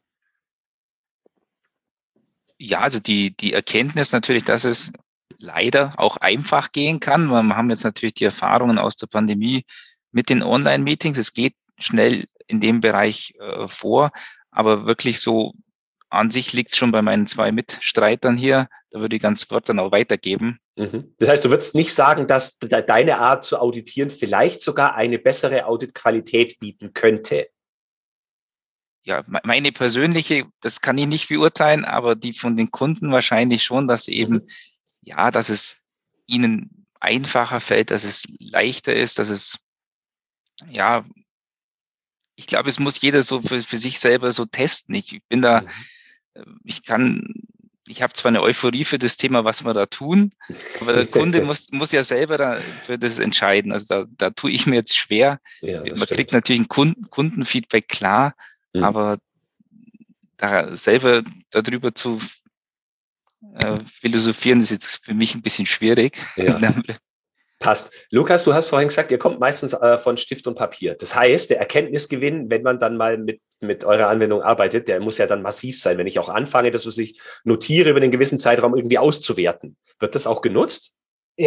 [SPEAKER 4] Ja, also die Erkenntnis natürlich, dass es leider auch einfach gehen kann. Wir haben jetzt natürlich die Erfahrungen aus der Pandemie mit den Online-Meetings. Es geht schnell in dem Bereich vor, aber wirklich so an sich liegt schon bei meinen 2 Mitstreitern hier. Da würde ich ganz Wort dann auch weitergeben.
[SPEAKER 1] Das heißt, du würdest nicht sagen, dass deine Art zu auditieren vielleicht sogar eine bessere Auditqualität bieten könnte?
[SPEAKER 4] Ja, meine persönliche, das kann ich nicht beurteilen, aber die von den Kunden wahrscheinlich schon, dass eben, ja, dass es ihnen einfacher fällt, dass es leichter ist, dass es, ja, ich glaube, es muss jeder so für sich selber so testen. Ich bin da, ich habe zwar eine Euphorie für das Thema, was wir da tun, aber der Kunde muss ja selber für das entscheiden. Also da tue ich mir jetzt schwer.
[SPEAKER 1] Ja,
[SPEAKER 4] man kriegt natürlich ein Kundenfeedback, klar, aber da selber darüber zu philosophieren, ist jetzt für mich ein bisschen schwierig.
[SPEAKER 1] Ja. Passt. Lukas, du hast vorhin gesagt, ihr kommt meistens von Stift und Papier. Das heißt, der Erkenntnisgewinn, wenn man dann mal mit eurer Anwendung arbeitet, der muss ja dann massiv sein. Wenn ich auch anfange, das, was ich notiere, über einen gewissen Zeitraum irgendwie auszuwerten. Wird das auch genutzt?
[SPEAKER 3] Ja,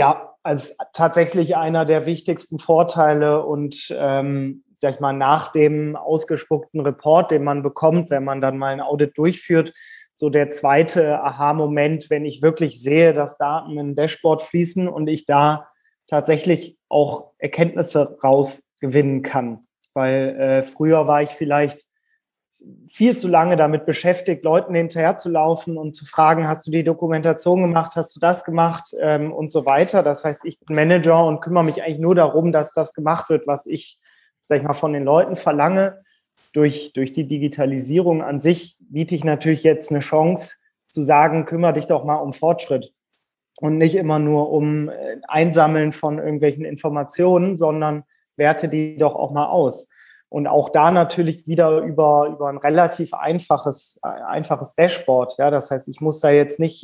[SPEAKER 3] als tatsächlich einer der wichtigsten Vorteile und, sag ich mal, nach dem ausgespuckten Report, den man bekommt, wenn man dann mal ein Audit durchführt, so der zweite Aha-Moment, wenn ich wirklich sehe, dass Daten in ein Dashboard fließen und ich da tatsächlich auch Erkenntnisse rausgewinnen kann. Weil früher war ich vielleicht viel zu lange damit beschäftigt, Leuten hinterherzulaufen und zu fragen, hast du die Dokumentation gemacht, hast du das gemacht und so weiter. Das heißt, ich bin Manager und kümmere mich eigentlich nur darum, dass das gemacht wird, was ich, sag ich mal, von den Leuten verlange. Durch die Digitalisierung an sich biete ich natürlich jetzt eine Chance zu sagen, kümmere dich doch mal um Fortschritt und nicht immer nur um Einsammeln von irgendwelchen Informationen, sondern werte die doch auch mal aus. Und auch da natürlich wieder über ein relativ einfaches Dashboard. Ja, das heißt, ich muss da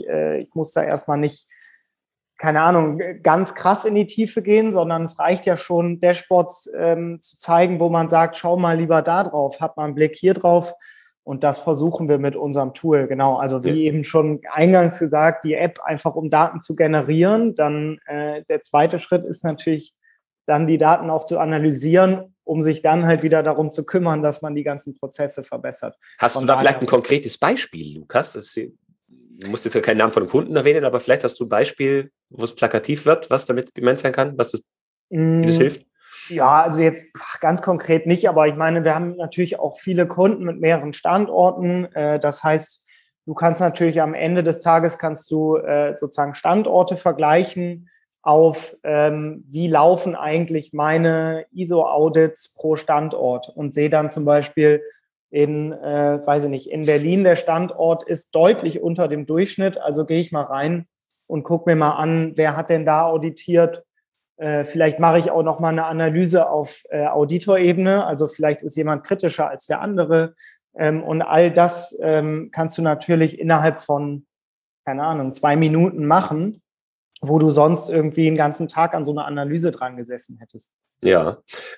[SPEAKER 3] erstmal nicht, keine Ahnung, ganz krass in die Tiefe gehen, sondern es reicht ja schon, Dashboards zu zeigen, wo man sagt, schau mal lieber da drauf, hab mal einen Blick hier drauf. Und das versuchen wir mit unserem Tool. Genau, also wie eben schon eingangs gesagt, die App einfach um Daten zu generieren. Dann der zweite Schritt ist natürlich, dann die Daten auch zu analysieren, um sich dann halt wieder darum zu kümmern, dass man die ganzen Prozesse verbessert.
[SPEAKER 1] Hast du da vielleicht ein konkretes Beispiel, Lukas? Du musst jetzt ja keinen Namen von einem Kunden erwähnen, aber vielleicht hast du ein Beispiel, wo es plakativ wird, was damit gemeint sein kann, wie das hilft?
[SPEAKER 3] Ja, also jetzt ganz konkret nicht, aber ich meine, wir haben natürlich auch viele Kunden mit mehreren Standorten. Das heißt, du kannst natürlich am Ende des Tages sozusagen Standorte vergleichen auf, wie laufen eigentlich meine ISO-Audits pro Standort und sehe dann zum Beispiel in Berlin, der Standort ist deutlich unter dem Durchschnitt, also gehe ich mal rein und gucke mir mal an, wer hat denn da auditiert. Vielleicht mache ich auch noch mal eine Analyse auf Auditorebene, also vielleicht ist jemand kritischer als der andere und all das kannst du natürlich innerhalb von, keine Ahnung, 2 Minuten machen, wo du sonst irgendwie einen ganzen Tag an so einer Analyse dran gesessen hättest.
[SPEAKER 1] Ja,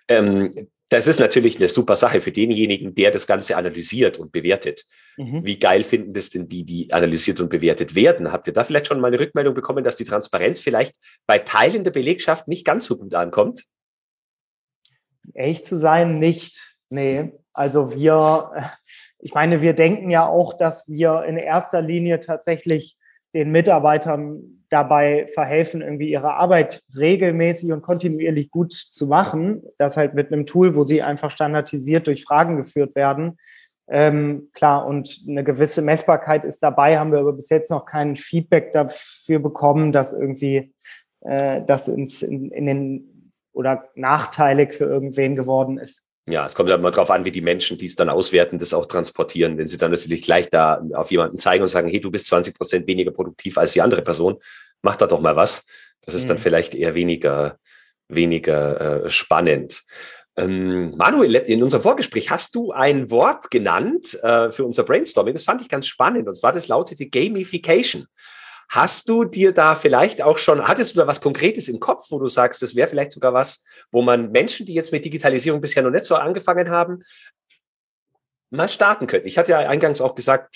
[SPEAKER 1] das ist natürlich eine super Sache für denjenigen, der das Ganze analysiert und bewertet. Wie geil finden das denn die analysiert und bewertet werden? Habt ihr da vielleicht schon mal eine Rückmeldung bekommen, dass die Transparenz vielleicht bei Teilen der Belegschaft nicht ganz so gut ankommt?
[SPEAKER 3] Ehrlich zu sein, nicht. Nee, also ich meine, wir denken ja auch, dass wir in erster Linie tatsächlich den Mitarbeitern dabei verhelfen, irgendwie ihre Arbeit regelmäßig und kontinuierlich gut zu machen. Das halt mit einem Tool, wo sie einfach standardisiert durch Fragen geführt werden. Klar, und eine gewisse Messbarkeit ist dabei, haben wir aber bis jetzt noch kein Feedback dafür bekommen, dass irgendwie das in den oder nachteilig für irgendwen geworden ist.
[SPEAKER 1] Ja, es kommt ja immer darauf an, wie die Menschen, die es dann auswerten, das auch transportieren. Wenn sie dann natürlich gleich da auf jemanden zeigen und sagen, hey, du bist 20% weniger produktiv als die andere Person, mach da doch mal was. Das ist dann vielleicht eher weniger spannend. Manuel, in unserem Vorgespräch hast du ein Wort genannt für unser Brainstorming. Das fand ich ganz spannend. Und zwar, das lautete Gamification. Hast du dir da vielleicht auch hattest du da was Konkretes im Kopf, wo du sagst, das wäre vielleicht sogar was, wo man Menschen, die jetzt mit Digitalisierung bisher noch nicht so angefangen haben, mal starten könnten? Ich hatte ja eingangs auch gesagt,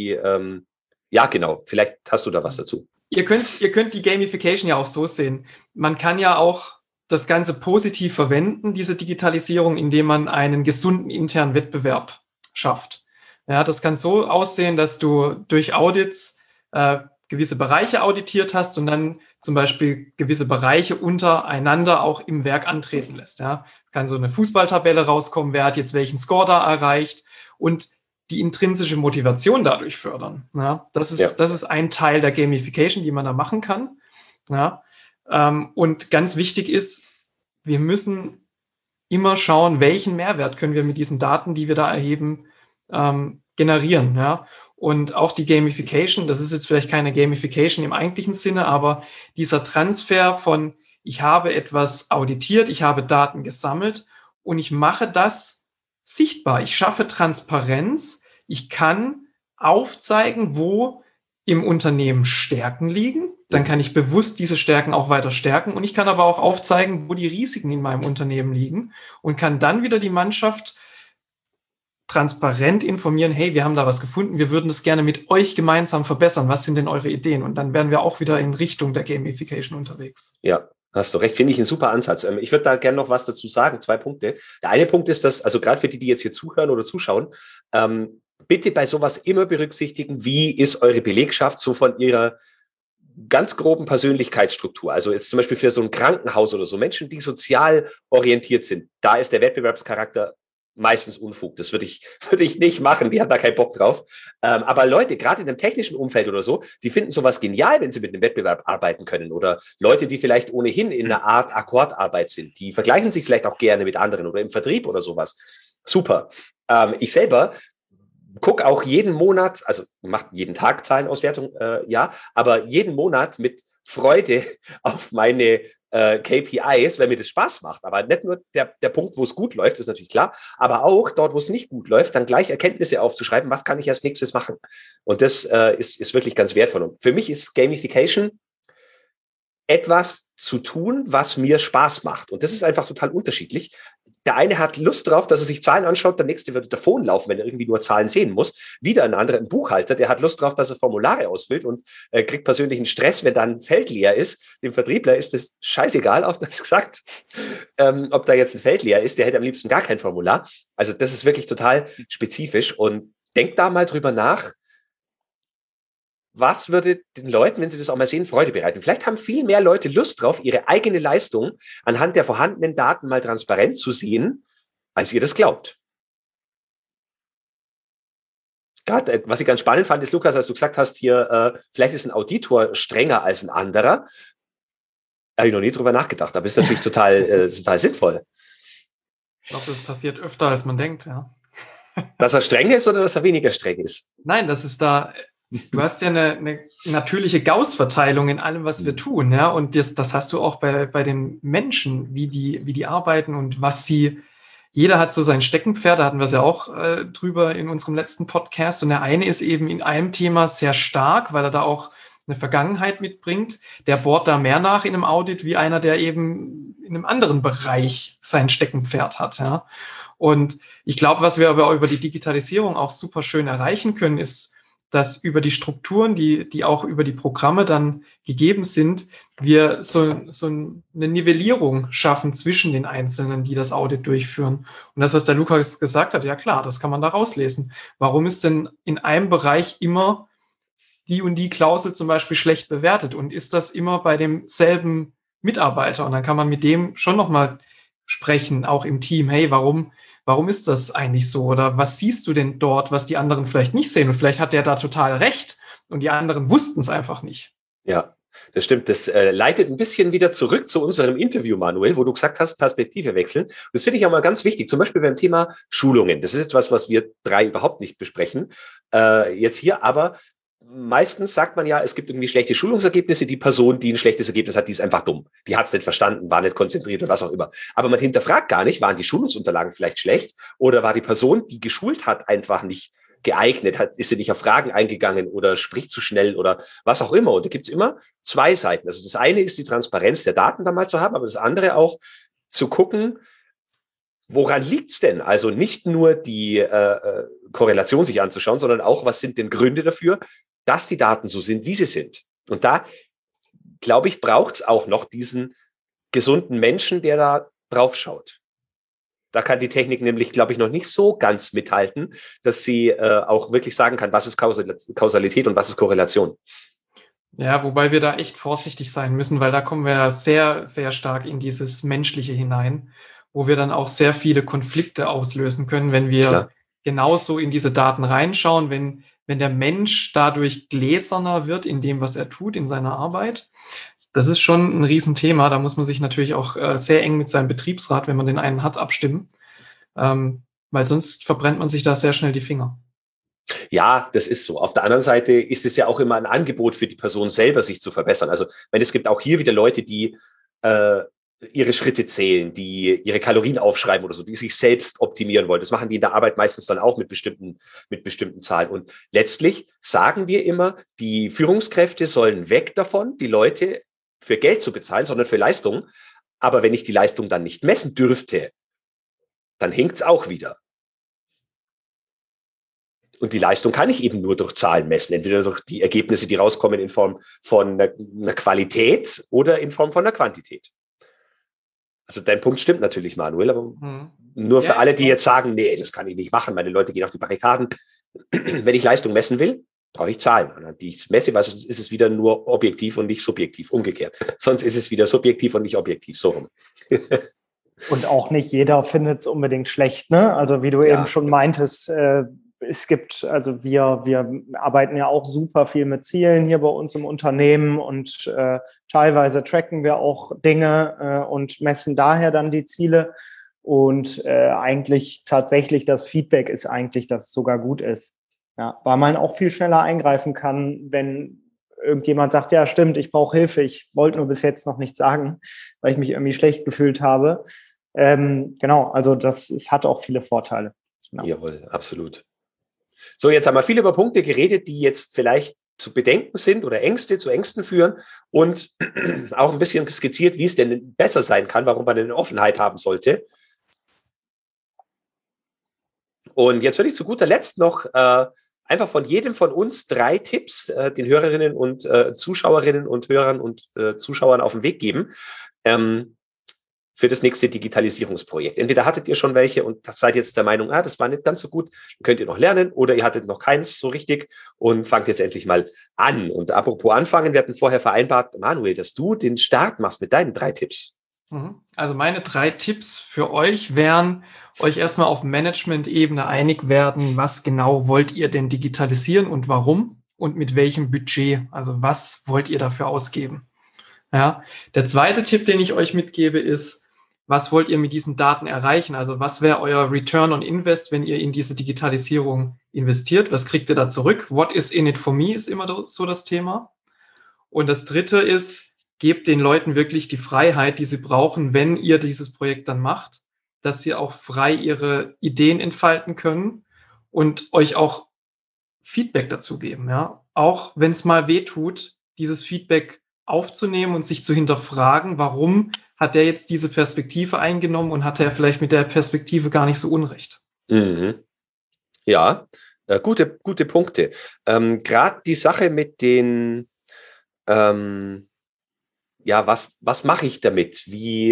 [SPEAKER 1] ja genau, vielleicht hast du da was dazu.
[SPEAKER 2] Ihr könnt die Gamification ja auch so sehen. Man kann ja auch das Ganze positiv verwenden, diese Digitalisierung, indem man einen gesunden internen Wettbewerb schafft. Ja, das kann so aussehen, dass du durch Audits gewisse Bereiche auditiert hast und dann zum Beispiel gewisse Bereiche untereinander auch im Werk antreten lässt. Ja, kann so eine Fußballtabelle rauskommen, wer hat jetzt welchen Score da erreicht und die intrinsische Motivation dadurch fördern. Ja, das ist ein Teil der Gamification, die man da machen kann. Ja, und ganz wichtig ist, wir müssen immer schauen, welchen Mehrwert können wir mit diesen Daten, die wir da erheben, generieren. Ja. Und auch die Gamification, das ist jetzt vielleicht keine Gamification im eigentlichen Sinne, aber dieser Transfer von, ich habe etwas auditiert, ich habe Daten gesammelt und ich mache das sichtbar. Ich schaffe Transparenz. Ich kann aufzeigen, wo im Unternehmen Stärken liegen. Dann kann ich bewusst diese Stärken auch weiter stärken. Und ich kann aber auch aufzeigen, wo die Risiken in meinem Unternehmen liegen und kann dann wieder die Mannschaft transparent informieren, hey, wir haben da was gefunden, wir würden das gerne mit euch gemeinsam verbessern. Was sind denn eure Ideen? Und dann werden wir auch wieder in Richtung der Gamification unterwegs.
[SPEAKER 1] Ja, hast du recht, finde ich einen super Ansatz. Ich würde da gerne noch was dazu sagen, 2 Punkte. Der eine Punkt ist, dass, also gerade für die jetzt hier zuhören oder zuschauen, bitte bei sowas immer berücksichtigen, wie ist eure Belegschaft so von ihrer ganz groben Persönlichkeitsstruktur. Also jetzt zum Beispiel für so ein Krankenhaus oder so, Menschen, die sozial orientiert sind, da ist der Wettbewerbscharakter meistens Unfug. Das würde ich nicht machen, die haben da keinen Bock drauf. Aber Leute, gerade in einem technischen Umfeld oder so, die finden sowas genial, wenn sie mit einem Wettbewerb arbeiten können. Oder Leute, die vielleicht ohnehin in einer Art Akkordarbeit sind, die vergleichen sich vielleicht auch gerne mit anderen oder im Vertrieb oder sowas. Super. Ich selber guck auch jeden Monat, also macht jeden Tag Zahlenauswertung, ja, aber jeden Monat mit Freude auf meine KPIs, weil mir das Spaß macht. Aber nicht nur der Punkt, wo es gut läuft, ist natürlich klar, aber auch dort, wo es nicht gut läuft, dann gleich Erkenntnisse aufzuschreiben, was kann ich als nächstes machen. Und das ist wirklich ganz wertvoll. Und für mich ist Gamification etwas zu tun, was mir Spaß macht. Und das ist einfach total unterschiedlich. Der eine hat Lust drauf, dass er sich Zahlen anschaut, der nächste wird davonlaufen, wenn er irgendwie nur Zahlen sehen muss. Wieder ein anderer, ein Buchhalter, der hat Lust drauf, dass er Formulare ausfüllt und kriegt persönlichen Stress, wenn dann ein Feld leer ist. Dem Vertriebler ist das scheißegal, auf das gesagt, ob da jetzt ein Feld leer ist. Der hätte am liebsten gar kein Formular. Also das ist wirklich total spezifisch. Und denkt da mal drüber nach, was würde den Leuten, wenn sie das auch mal sehen, Freude bereiten? Vielleicht haben viel mehr Leute Lust drauf, ihre eigene Leistung anhand der vorhandenen Daten mal transparent zu sehen, als ihr das glaubt. Gerade, was ich ganz spannend fand, ist, Lukas, als du gesagt hast, hier, vielleicht ist ein Auditor strenger als ein anderer. Habe ich noch nie drüber nachgedacht, aber ist natürlich total sinnvoll.
[SPEAKER 2] Ich glaube, das passiert öfter, als man denkt, ja.
[SPEAKER 1] Dass er streng ist oder dass er weniger streng ist?
[SPEAKER 2] Nein, das ist da. Du hast ja eine natürliche Gauss-Verteilung in allem, was wir tun, ja. Und das hast du auch bei den Menschen, wie die arbeiten und was sie. Jeder hat so sein Steckenpferd, da hatten wir es ja auch drüber in unserem letzten Podcast. Und der eine ist eben in einem Thema sehr stark, weil er da auch eine Vergangenheit mitbringt. Der bohrt da mehr nach in einem Audit wie einer, der eben in einem anderen Bereich sein Steckenpferd hat, ja. Und ich glaube, was wir aber über die Digitalisierung auch super schön erreichen können, ist, dass über die Strukturen, die auch über die Programme dann gegeben sind, wir so eine Nivellierung schaffen zwischen den Einzelnen, die das Audit durchführen. Und das, was der Lukas gesagt hat, ja klar, das kann man da rauslesen. Warum ist denn in einem Bereich immer die und die Klausel zum Beispiel schlecht bewertet? Und ist das immer bei demselben Mitarbeiter? Und dann kann man mit dem schon nochmal sprechen, auch im Team. Hey, warum ist das eigentlich so? Oder was siehst du denn dort, was die anderen vielleicht nicht sehen? Und vielleicht hat der da total recht und die anderen wussten es einfach nicht.
[SPEAKER 1] Ja, das stimmt. Das leitet ein bisschen wieder zurück zu unserem Interview, Manuel, wo du gesagt hast, Perspektive wechseln. Und das finde ich auch mal ganz wichtig, zum Beispiel beim Thema Schulungen. Das ist jetzt was wir 3 überhaupt nicht besprechen jetzt hier, aber meistens sagt man ja, es gibt irgendwie schlechte Schulungsergebnisse. Die Person, die ein schlechtes Ergebnis hat, die ist einfach dumm. Die hat es nicht verstanden, war nicht konzentriert oder was auch immer. Aber man hinterfragt gar nicht, waren die Schulungsunterlagen vielleicht schlecht oder war die Person, die geschult hat, einfach nicht geeignet, ist sie nicht auf Fragen eingegangen oder spricht zu schnell oder was auch immer. Und da gibt es immer 2 Seiten. Also das eine ist die Transparenz der Daten da mal zu haben, aber das andere auch zu gucken, woran liegt's denn? Also nicht nur die Korrelation sich anzuschauen, sondern auch, was sind denn Gründe dafür, dass die Daten so sind, wie sie sind. Und da, glaube ich, braucht's auch noch diesen gesunden Menschen, der da drauf schaut. Da kann die Technik nämlich, glaube ich, noch nicht so ganz mithalten, dass sie auch wirklich sagen kann, was ist Kausalität und was ist Korrelation.
[SPEAKER 2] Ja, wobei wir da echt vorsichtig sein müssen, weil da kommen wir sehr, sehr stark in dieses Menschliche hinein, wo wir dann auch sehr viele Konflikte auslösen können, wenn wir genauso in diese Daten reinschauen, wenn der Mensch dadurch gläserner wird in dem, was er tut, in seiner Arbeit. Das ist schon ein Riesenthema. Da muss man sich natürlich auch sehr eng mit seinem Betriebsrat, wenn man den einen hat, abstimmen, weil sonst verbrennt man sich da sehr schnell die Finger.
[SPEAKER 1] Ja, das ist so. Auf der anderen Seite ist es ja auch immer ein Angebot für die Person selber, sich zu verbessern. Also, es gibt auch hier wieder Leute, die ihre Schritte zählen, die ihre Kalorien aufschreiben oder so, die sich selbst optimieren wollen. Das machen die in der Arbeit meistens dann auch mit bestimmten Zahlen. Und letztlich sagen wir immer, die Führungskräfte sollen weg davon, die Leute für Geld zu bezahlen, sondern für Leistung. Aber wenn ich die Leistung dann nicht messen dürfte, dann hinkt's auch wieder. Und die Leistung kann ich eben nur durch Zahlen messen, entweder durch die Ergebnisse, die rauskommen in Form von einer Qualität oder in Form von einer Quantität. Also dein Punkt stimmt natürlich, Manuel, aber nur für alle, die jetzt sagen, nee, das kann ich nicht machen, meine Leute gehen auf die Barrikaden. Wenn ich Leistung messen will, brauche ich Zahlen, anhand die ich messe, weil sonst ist es wieder nur objektiv und nicht subjektiv, umgekehrt. Sonst ist es wieder subjektiv und nicht objektiv, so rum.
[SPEAKER 3] Und auch nicht jeder findet es unbedingt schlecht, ne? Also wie du eben schon meintest, es gibt, also wir arbeiten ja auch super viel mit Zielen hier bei uns im Unternehmen und teilweise tracken wir auch Dinge und messen daher dann die Ziele. Und eigentlich tatsächlich das Feedback ist eigentlich, dass es sogar gut ist. Ja, weil man auch viel schneller eingreifen kann, wenn irgendjemand sagt, ja stimmt, ich brauche Hilfe, ich wollte nur bis jetzt noch nichts sagen, weil ich mich irgendwie schlecht gefühlt habe. Genau, also es hat auch viele Vorteile. Genau.
[SPEAKER 1] Jawohl, absolut. So, jetzt haben wir viel über Punkte geredet, die jetzt vielleicht zu Bedenken sind oder zu Ängsten führen und auch ein bisschen skizziert, wie es denn besser sein kann, warum man eine Offenheit haben sollte. Und jetzt würde ich zu guter Letzt noch einfach von jedem von uns 3 Tipps den Hörerinnen und Zuschauerinnen und Hörern und Zuschauern auf den Weg geben für das nächste Digitalisierungsprojekt. Entweder hattet ihr schon welche und seid jetzt der Meinung, das war nicht ganz so gut, dann könnt ihr noch lernen, oder ihr hattet noch keins so richtig und fangt jetzt endlich mal an. Und apropos anfangen, wir hatten vorher vereinbart, Manuel, dass du den Start machst mit deinen 3 Tipps.
[SPEAKER 2] Also meine 3 Tipps für euch wären, euch erstmal auf Management-Ebene einig werden, was genau wollt ihr denn digitalisieren und warum und mit welchem Budget, also was wollt ihr dafür ausgeben. Ja. Der zweite Tipp, den ich euch mitgebe, ist, was wollt ihr mit diesen Daten erreichen? Also was wäre euer Return on Invest, wenn ihr in diese Digitalisierung investiert? Was kriegt ihr da zurück? What is in it for me ist immer so das Thema. Und das dritte ist, gebt den Leuten wirklich die Freiheit, die sie brauchen, wenn ihr dieses Projekt dann macht, dass sie auch frei ihre Ideen entfalten können und euch auch Feedback dazu geben. Ja? Auch wenn es mal weh tut, dieses Feedback aufzunehmen und sich zu hinterfragen, warum hat der jetzt diese Perspektive eingenommen und hat er vielleicht mit der Perspektive gar nicht so Unrecht.
[SPEAKER 1] Mhm. Ja, gute Punkte. Gerade die Sache mit den, was mache ich damit?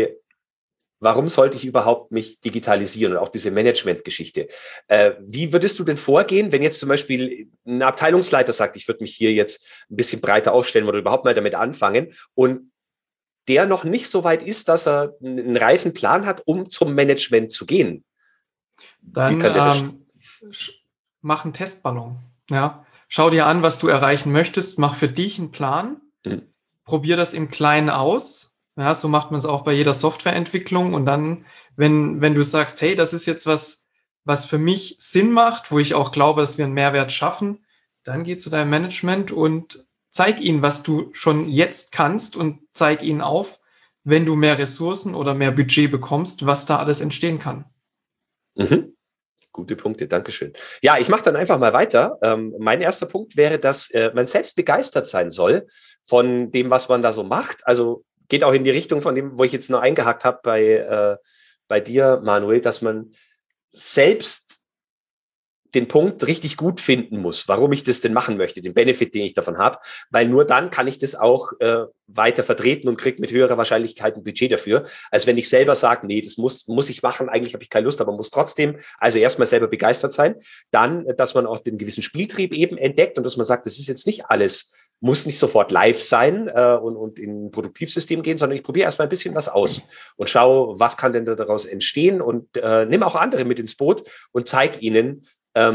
[SPEAKER 1] Warum sollte ich überhaupt mich digitalisieren und auch diese Management-Geschichte? Wie würdest du denn vorgehen, wenn jetzt zum Beispiel ein Abteilungsleiter sagt, ich würde mich hier jetzt ein bisschen breiter aufstellen oder überhaupt mal damit anfangen und der noch nicht so weit ist, dass er einen reifen Plan hat, um zum Management zu gehen?
[SPEAKER 2] Dann mach einen Testballon. Ja? Schau dir an, was du erreichen möchtest, mach für dich einen Plan, probier das im Kleinen aus. Ja, so macht man es auch bei jeder Softwareentwicklung. Und dann, wenn du sagst, hey, das ist jetzt was für mich Sinn macht, wo ich auch glaube, dass wir einen Mehrwert schaffen, dann geh zu deinem Management und zeig ihnen, was du schon jetzt kannst und zeig ihnen auf, wenn du mehr Ressourcen oder mehr Budget bekommst, was da alles entstehen kann.
[SPEAKER 1] Mhm. Gute Punkte, Dankeschön. Ja, ich mache dann einfach mal weiter. Mein erster Punkt wäre, dass man selbst begeistert sein soll von dem, was man da so macht. Also geht auch in die Richtung von dem, wo ich jetzt noch eingehakt habe bei dir, Manuel, dass man selbst den Punkt richtig gut finden muss, warum ich das denn machen möchte, den Benefit, den ich davon habe, weil nur dann kann ich das auch weiter vertreten und kriege mit höherer Wahrscheinlichkeit ein Budget dafür, als wenn ich selber sage, nee, das muss ich machen, eigentlich habe ich keine Lust, aber muss trotzdem, also erstmal selber begeistert sein, dann, dass man auch den gewissen Spieltrieb eben entdeckt und dass man sagt, das ist jetzt nicht alles, muss nicht sofort live sein und in ein Produktivsystem gehen, sondern ich probiere erstmal ein bisschen was aus und schaue, was kann denn daraus entstehen und nehme auch andere mit ins Boot und zeige ihnen,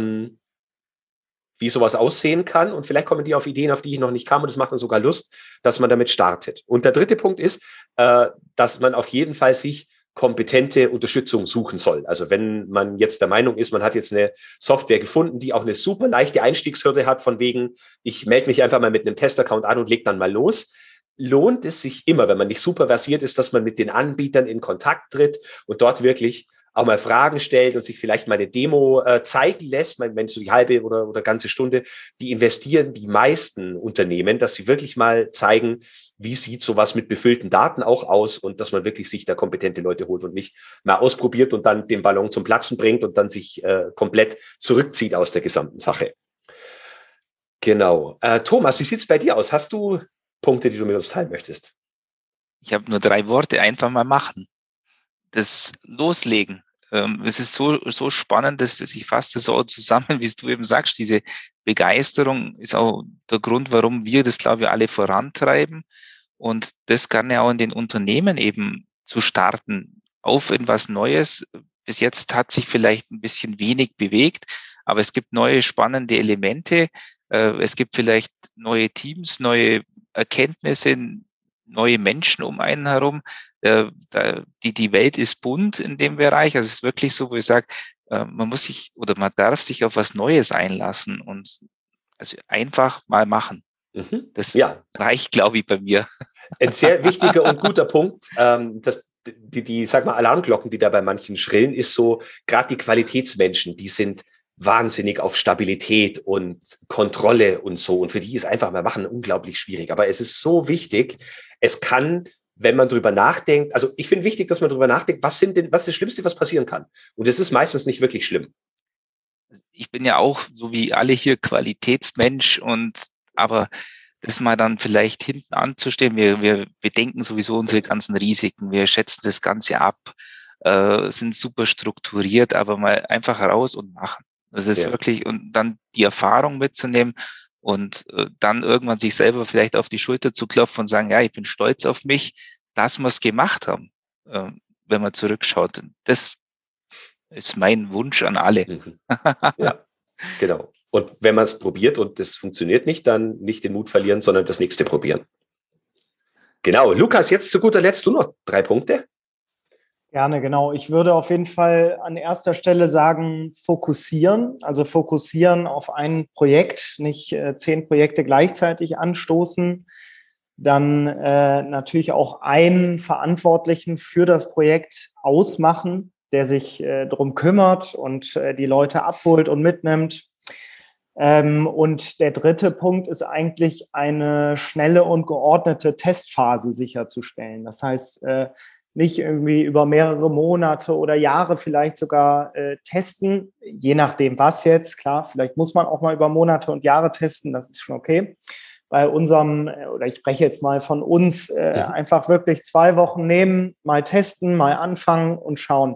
[SPEAKER 1] wie sowas aussehen kann und vielleicht kommen die auf Ideen, auf die ich noch nicht kam und das macht dann sogar Lust, dass man damit startet. Und der dritte Punkt ist, dass man auf jeden Fall sich kompetente Unterstützung suchen soll. Also wenn man jetzt der Meinung ist, man hat jetzt eine Software gefunden, die auch eine super leichte Einstiegshürde hat, von wegen, ich melde mich einfach mal mit einem Testaccount an und leg dann mal los, lohnt es sich immer, wenn man nicht super versiert ist, dass man mit den Anbietern in Kontakt tritt und dort wirklich auch mal Fragen stellt und sich vielleicht mal eine Demo zeigen lässt, wenn so die halbe oder ganze Stunde, die investieren die meisten Unternehmen, dass sie wirklich mal zeigen, wie sieht sowas mit befüllten Daten auch aus und dass man wirklich sich da kompetente Leute holt und nicht mal ausprobiert und dann den Ballon zum Platzen bringt und dann sich komplett zurückzieht aus der gesamten Sache. Genau. Thomas, wie sieht es bei dir aus? Hast du Punkte, die du mit uns teilen möchtest?
[SPEAKER 4] Ich habe nur 3 Worte, einfach mal machen. Das Loslegen. Es ist so spannend, dass ich fasse das so zusammen, wie du eben sagst. Diese Begeisterung ist auch der Grund, warum wir das, glaube ich, alle vorantreiben. Und das kann ja auch in den Unternehmen eben zu starten, auf etwas Neues. Bis jetzt hat sich vielleicht ein bisschen wenig bewegt, aber es gibt neue spannende Elemente. Es gibt vielleicht neue Teams, neue Erkenntnisse, neue Menschen um einen herum. Die Welt ist bunt in dem Bereich. Also es ist wirklich so, wo ich sage, man muss sich oder man darf sich auf was Neues einlassen und also einfach mal machen. Das reicht, glaube ich, bei mir.
[SPEAKER 1] Ein sehr wichtiger und guter Punkt. Sag mal, Alarmglocken, die da bei manchen schrillen, ist so, gerade die Qualitätsmenschen, die sind wahnsinnig auf Stabilität und Kontrolle und so. Und für die ist einfach mal machen unglaublich schwierig. Aber es ist so wichtig, es kann, wenn man drüber nachdenkt, also ich finde wichtig, dass man drüber nachdenkt, was ist das Schlimmste, was passieren kann? Und es ist meistens nicht wirklich schlimm.
[SPEAKER 4] Ich bin ja auch, so wie alle hier, Qualitätsmensch aber das mal dann vielleicht hinten anzustehen. Wir bedenken sowieso unsere ganzen Risiken. Wir schätzen das Ganze ab, sind super strukturiert, aber mal einfach raus und machen. Das ist wirklich, und dann die Erfahrung mitzunehmen und dann irgendwann sich selber vielleicht auf die Schulter zu klopfen und sagen, ja, ich bin stolz auf mich, dass wir es gemacht haben, wenn man zurückschaut. Das ist mein Wunsch an alle.
[SPEAKER 1] Ja, genau. Und wenn man es probiert und das funktioniert nicht, dann nicht den Mut verlieren, sondern das nächste probieren. Genau. Lukas, jetzt zu guter Letzt du noch 3 Punkte.
[SPEAKER 3] Gerne, genau. Ich würde auf jeden Fall an erster Stelle sagen, fokussieren. Also fokussieren auf ein Projekt, nicht 10 Projekte gleichzeitig anstoßen. Dann natürlich auch einen Verantwortlichen für das Projekt ausmachen, der sich darum kümmert und die Leute abholt und mitnimmt. Und der 3. Punkt ist eigentlich eine schnelle und geordnete Testphase sicherzustellen. Das heißt, nicht irgendwie über mehrere Monate oder Jahre vielleicht sogar testen, je nachdem was jetzt. Klar, vielleicht muss man auch mal über Monate und Jahre testen, das ist schon okay. Bei unserem, oder ich spreche jetzt mal von uns, einfach wirklich 2 Wochen nehmen, mal testen, mal anfangen und schauen.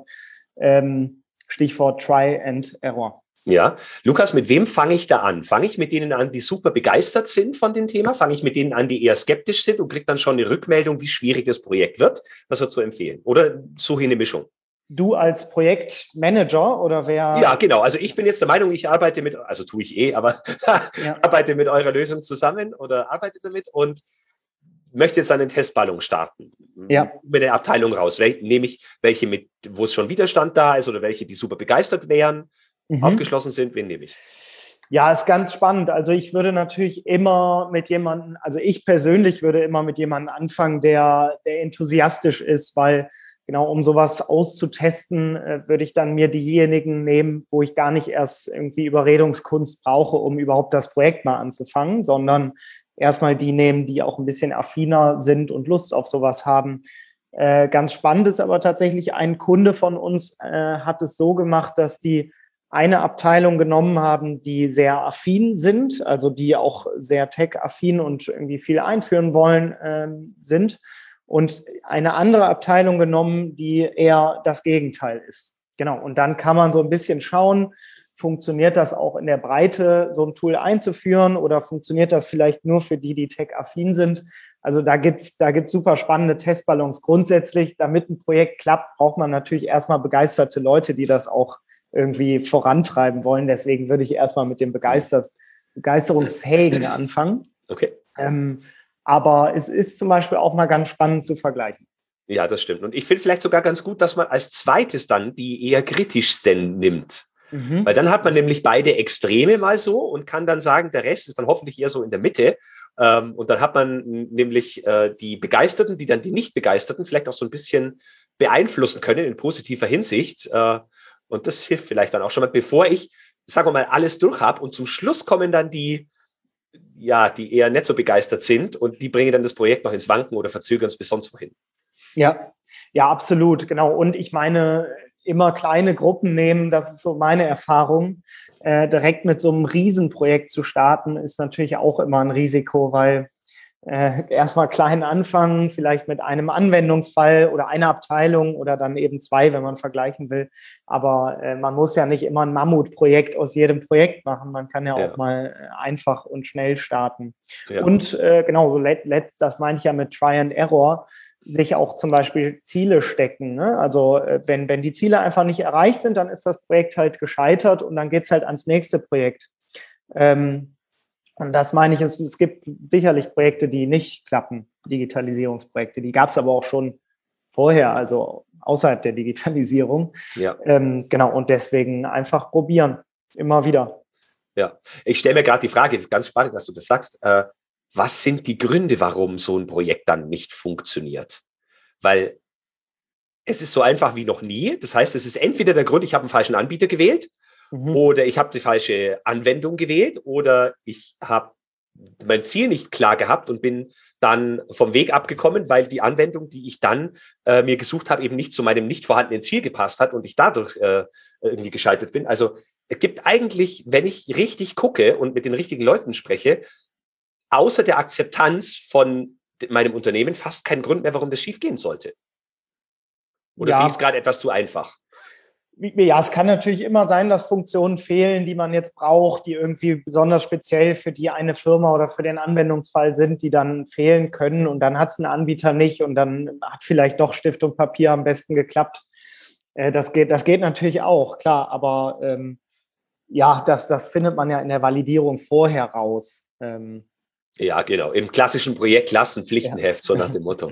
[SPEAKER 3] Stichwort Try and Error.
[SPEAKER 1] Ja, Lukas, mit wem fange ich da an? Fange ich mit denen an, die super begeistert sind von dem Thema? Fange ich mit denen an, die eher skeptisch sind und kriege dann schon eine Rückmeldung, wie schwierig das Projekt wird? Was würdest du empfehlen? Oder suche ich eine Mischung?
[SPEAKER 3] Du als Projektmanager oder wer?
[SPEAKER 1] Ja, genau. Also ich bin jetzt der Meinung, ich arbeite mit, also tue ich aber arbeite mit eurer Lösung zusammen oder arbeite damit und möchte jetzt dann den Testballon starten. Mit der Abteilung raus. Nehme ich welche mit, wo es schon Widerstand da ist oder welche, die super begeistert wären? Aufgeschlossen sind, wen nehme ich?
[SPEAKER 3] Ja, ist ganz spannend. Also ich würde natürlich immer mit jemandem, also ich persönlich würde immer mit jemandem anfangen, der enthusiastisch ist, weil genau um sowas auszutesten, würde ich dann mir diejenigen nehmen, wo ich gar nicht erst irgendwie Überredungskunst brauche, um überhaupt das Projekt mal anzufangen, sondern erstmal die nehmen, die auch ein bisschen affiner sind und Lust auf sowas haben. Ganz spannend ist aber tatsächlich, ein Kunde von uns hat es so gemacht, dass die eine Abteilung genommen haben, die sehr affin sind, also die auch sehr tech-affin und irgendwie viel einführen wollen sind, und eine andere Abteilung genommen, die eher das Gegenteil ist. Genau, und dann kann man so ein bisschen schauen, funktioniert das auch in der Breite, so ein Tool einzuführen, oder funktioniert das vielleicht nur für die, die tech-affin sind? Also da gibt's super spannende Testballons. Grundsätzlich, damit ein Projekt klappt, braucht man natürlich erstmal begeisterte Leute, die das auch irgendwie vorantreiben wollen. Deswegen würde ich erstmal mit dem Begeisterungsfähigen anfangen.
[SPEAKER 1] Okay.
[SPEAKER 3] Aber es ist zum Beispiel auch mal ganz spannend zu vergleichen.
[SPEAKER 1] Ja, das stimmt. Und ich finde vielleicht sogar ganz gut, dass man als zweites dann die eher kritischsten nimmt. Weil dann hat man nämlich beide Extreme mal so und kann dann sagen, der Rest ist dann hoffentlich eher so in der Mitte, Und dann hat man nämlich die Begeisterten, die dann die Nicht-Begeisterten vielleicht auch so ein bisschen beeinflussen können in positiver Hinsicht. Und das hilft vielleicht dann auch schon mal, bevor ich, sagen wir mal, alles durch habe und zum Schluss kommen dann die eher nicht so begeistert sind und die bringen dann das Projekt noch ins Wanken oder verzögern es bis sonst wohin.
[SPEAKER 3] Ja, ja, absolut, genau. Und ich meine, immer kleine Gruppen nehmen, das ist so meine Erfahrung. Direkt mit so einem Riesenprojekt zu starten, ist natürlich auch immer ein Risiko, weil erstmal klein anfangen, vielleicht mit einem Anwendungsfall oder einer Abteilung oder dann eben 2, wenn man vergleichen will. Aber man muss ja nicht immer ein Mammutprojekt aus jedem Projekt machen. Man kann ja auch mal einfach und schnell starten. Ja. Und genau, so das meine ich ja mit Try and Error, sich auch zum Beispiel Ziele stecken. Ne? Also wenn die Ziele einfach nicht erreicht sind, dann ist das Projekt halt gescheitert und dann geht es halt ans nächste Projekt. Und das meine ich, es gibt sicherlich Projekte, die nicht klappen, Digitalisierungsprojekte. Die gab es aber auch schon vorher, also außerhalb der Digitalisierung. Ja. Genau, und deswegen einfach probieren, immer wieder.
[SPEAKER 1] Ja, ich stelle mir gerade die Frage, das ist ganz spannend, dass du das sagst, was sind die Gründe, warum so ein Projekt dann nicht funktioniert? Weil es ist so einfach wie noch nie. Das heißt, es ist entweder der Grund, ich habe einen falschen Anbieter gewählt, oder ich habe die falsche Anwendung gewählt, oder ich habe mein Ziel nicht klar gehabt und bin dann vom Weg abgekommen, weil die Anwendung, die ich dann mir gesucht habe, eben nicht zu meinem nicht vorhandenen Ziel gepasst hat und ich dadurch irgendwie gescheitert bin. Also es gibt eigentlich, wenn ich richtig gucke und mit den richtigen Leuten spreche, außer der Akzeptanz von meinem Unternehmen fast keinen Grund mehr, warum das schiefgehen sollte. Oder sehe ich es gerade etwas zu einfach?
[SPEAKER 3] Ja, es kann natürlich immer sein, dass Funktionen fehlen, die man jetzt braucht, die irgendwie besonders speziell für die eine Firma oder für den Anwendungsfall sind, die dann fehlen können und dann hat es ein Anbieter nicht und dann hat vielleicht doch Stift und Papier am besten geklappt. Das geht natürlich auch, klar, aber ja, das findet man ja in der Validierung vorher raus.
[SPEAKER 1] Ja, genau, im klassischen Projekt Lastenpflichtenheft, so nach dem Motto.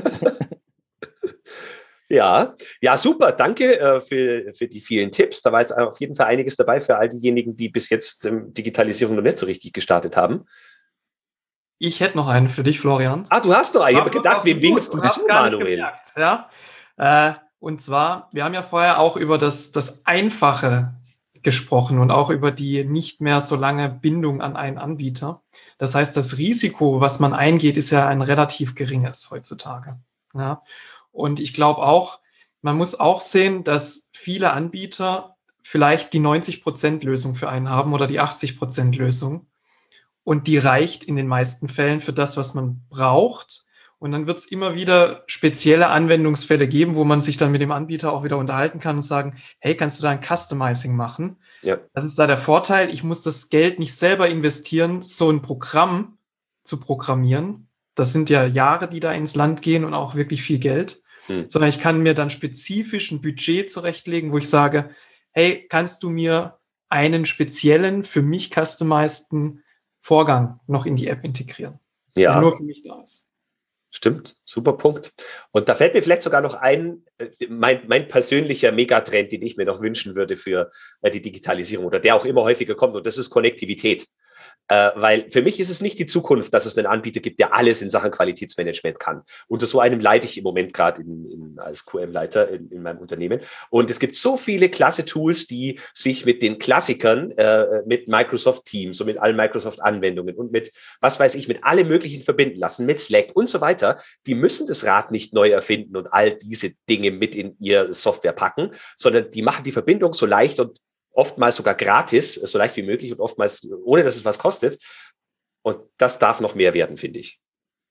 [SPEAKER 1] Ja, super. Danke für die vielen Tipps. Da war jetzt auf jeden Fall einiges dabei für all diejenigen, die bis jetzt Digitalisierung noch nicht so richtig gestartet haben.
[SPEAKER 2] Ich hätte noch einen für dich, Florian.
[SPEAKER 1] Du hast noch einen. Ich habe gedacht, wem winkst du zu, Manuel?
[SPEAKER 2] Ja? Und zwar, wir haben ja vorher auch über das Einfache gesprochen und auch über die nicht mehr so lange Bindung an einen Anbieter. Das heißt, das Risiko, was man eingeht, ist ja ein relativ geringes heutzutage. Ja? Und ich glaube auch, man muss auch sehen, dass viele Anbieter vielleicht die 90%-Lösung für einen haben oder die 80%-Lösung. Und die reicht in den meisten Fällen für das, was man braucht. Und dann wird es immer wieder spezielle Anwendungsfälle geben, wo man sich dann mit dem Anbieter auch wieder unterhalten kann und sagen, hey, kannst du da ein Customizing machen? Ja. Das ist da der Vorteil. Ich muss das Geld nicht selber investieren, so ein Programm zu programmieren. Das sind ja Jahre, die da ins Land gehen und auch wirklich viel Geld. Sondern ich kann mir dann spezifisch ein Budget zurechtlegen, wo ich sage, hey, kannst du mir einen speziellen, für mich customizeden Vorgang noch in die App integrieren, der nur für mich da ist.
[SPEAKER 1] Stimmt, super Punkt. Und da fällt mir vielleicht sogar noch ein, mein persönlicher Megatrend, den ich mir noch wünschen würde für die Digitalisierung oder der auch immer häufiger kommt, und das ist Konnektivität. Weil für mich ist es nicht die Zukunft, dass es einen Anbieter gibt, der alles in Sachen Qualitätsmanagement kann. Unter so einem leide ich im Moment gerade als QM-Leiter in meinem Unternehmen. Und es gibt so viele klasse Tools, die sich mit den Klassikern, mit Microsoft Teams und mit allen Microsoft-Anwendungen und mit, was weiß ich, mit allem Möglichen verbinden lassen, mit Slack und so weiter. Die müssen das Rad nicht neu erfinden und all diese Dinge mit in ihr Software packen, sondern die machen die Verbindung so leicht und oftmals sogar gratis, so leicht wie möglich und oftmals ohne, dass es was kostet. Und das darf noch mehr werden, finde ich.